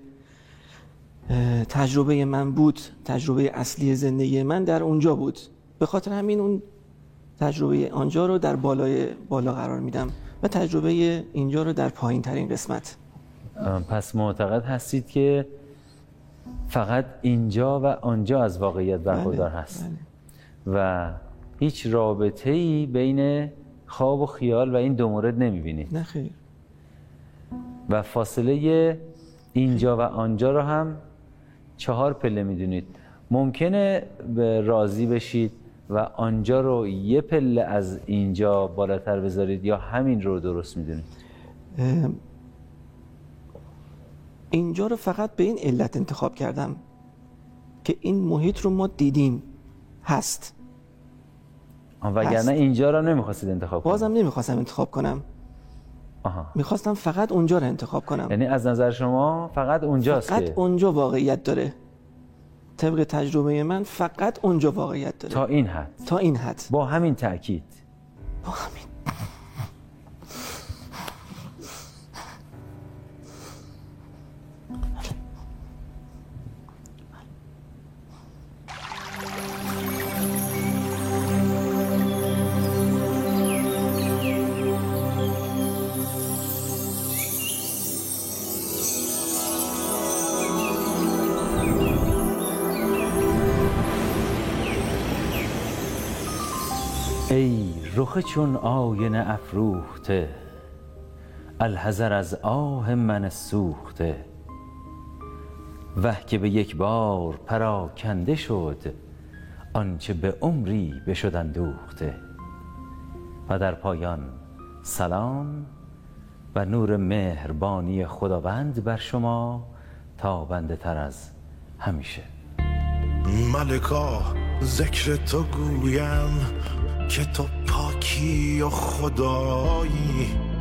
تجربه من بود، تجربه اصلی زندگی من در اونجا بود، به خاطر همین اون تجربه آنجا رو در بالای بالا قرار میدم و تجربه اینجا رو در پایین ترین قسمت. پس معتقد هستید که فقط اینجا و آنجا از واقعیت برخوردار بله، هست. بله. و هیچ رابطه‌ای بین خواب و خیال و این دو مورد نمی‌بینید؟ نه خیر. و فاصله اینجا و آنجا رو هم چهار پله می‌دونید. ممکنه به راضی بشید و آنجا رو یه پله از اینجا بالاتر بذارید یا همین رو درست می‌دونید؟ اینجا رو فقط به این علت انتخاب کردم که این محیط رو ما دیدیم هست. وگرنه اینجا رو نمیخواستید انتخاب کنید؟ بازم نمیخواستم انتخاب کنم. آها. میخواستم فقط اونجا رو انتخاب کنم. یعنی از نظر شما فقط اونجاست فقط که اونجا واقعیت داره. طبق تجربه من فقط اونجا واقعیت داره. تا این حد. تا این حد. با همین تأکید. با همین. ای رخ چون آینه افروخته، الحذر از آه من سوخته. وه که به یک بار پراکنده شد، آنچه به عمری بشد اندوخته. و در پایان سلام و نور مهربانی خداوند بر شما تابنده تر از همیشه. ملکا ذکر تو گویم که تو پاکی و خدایی،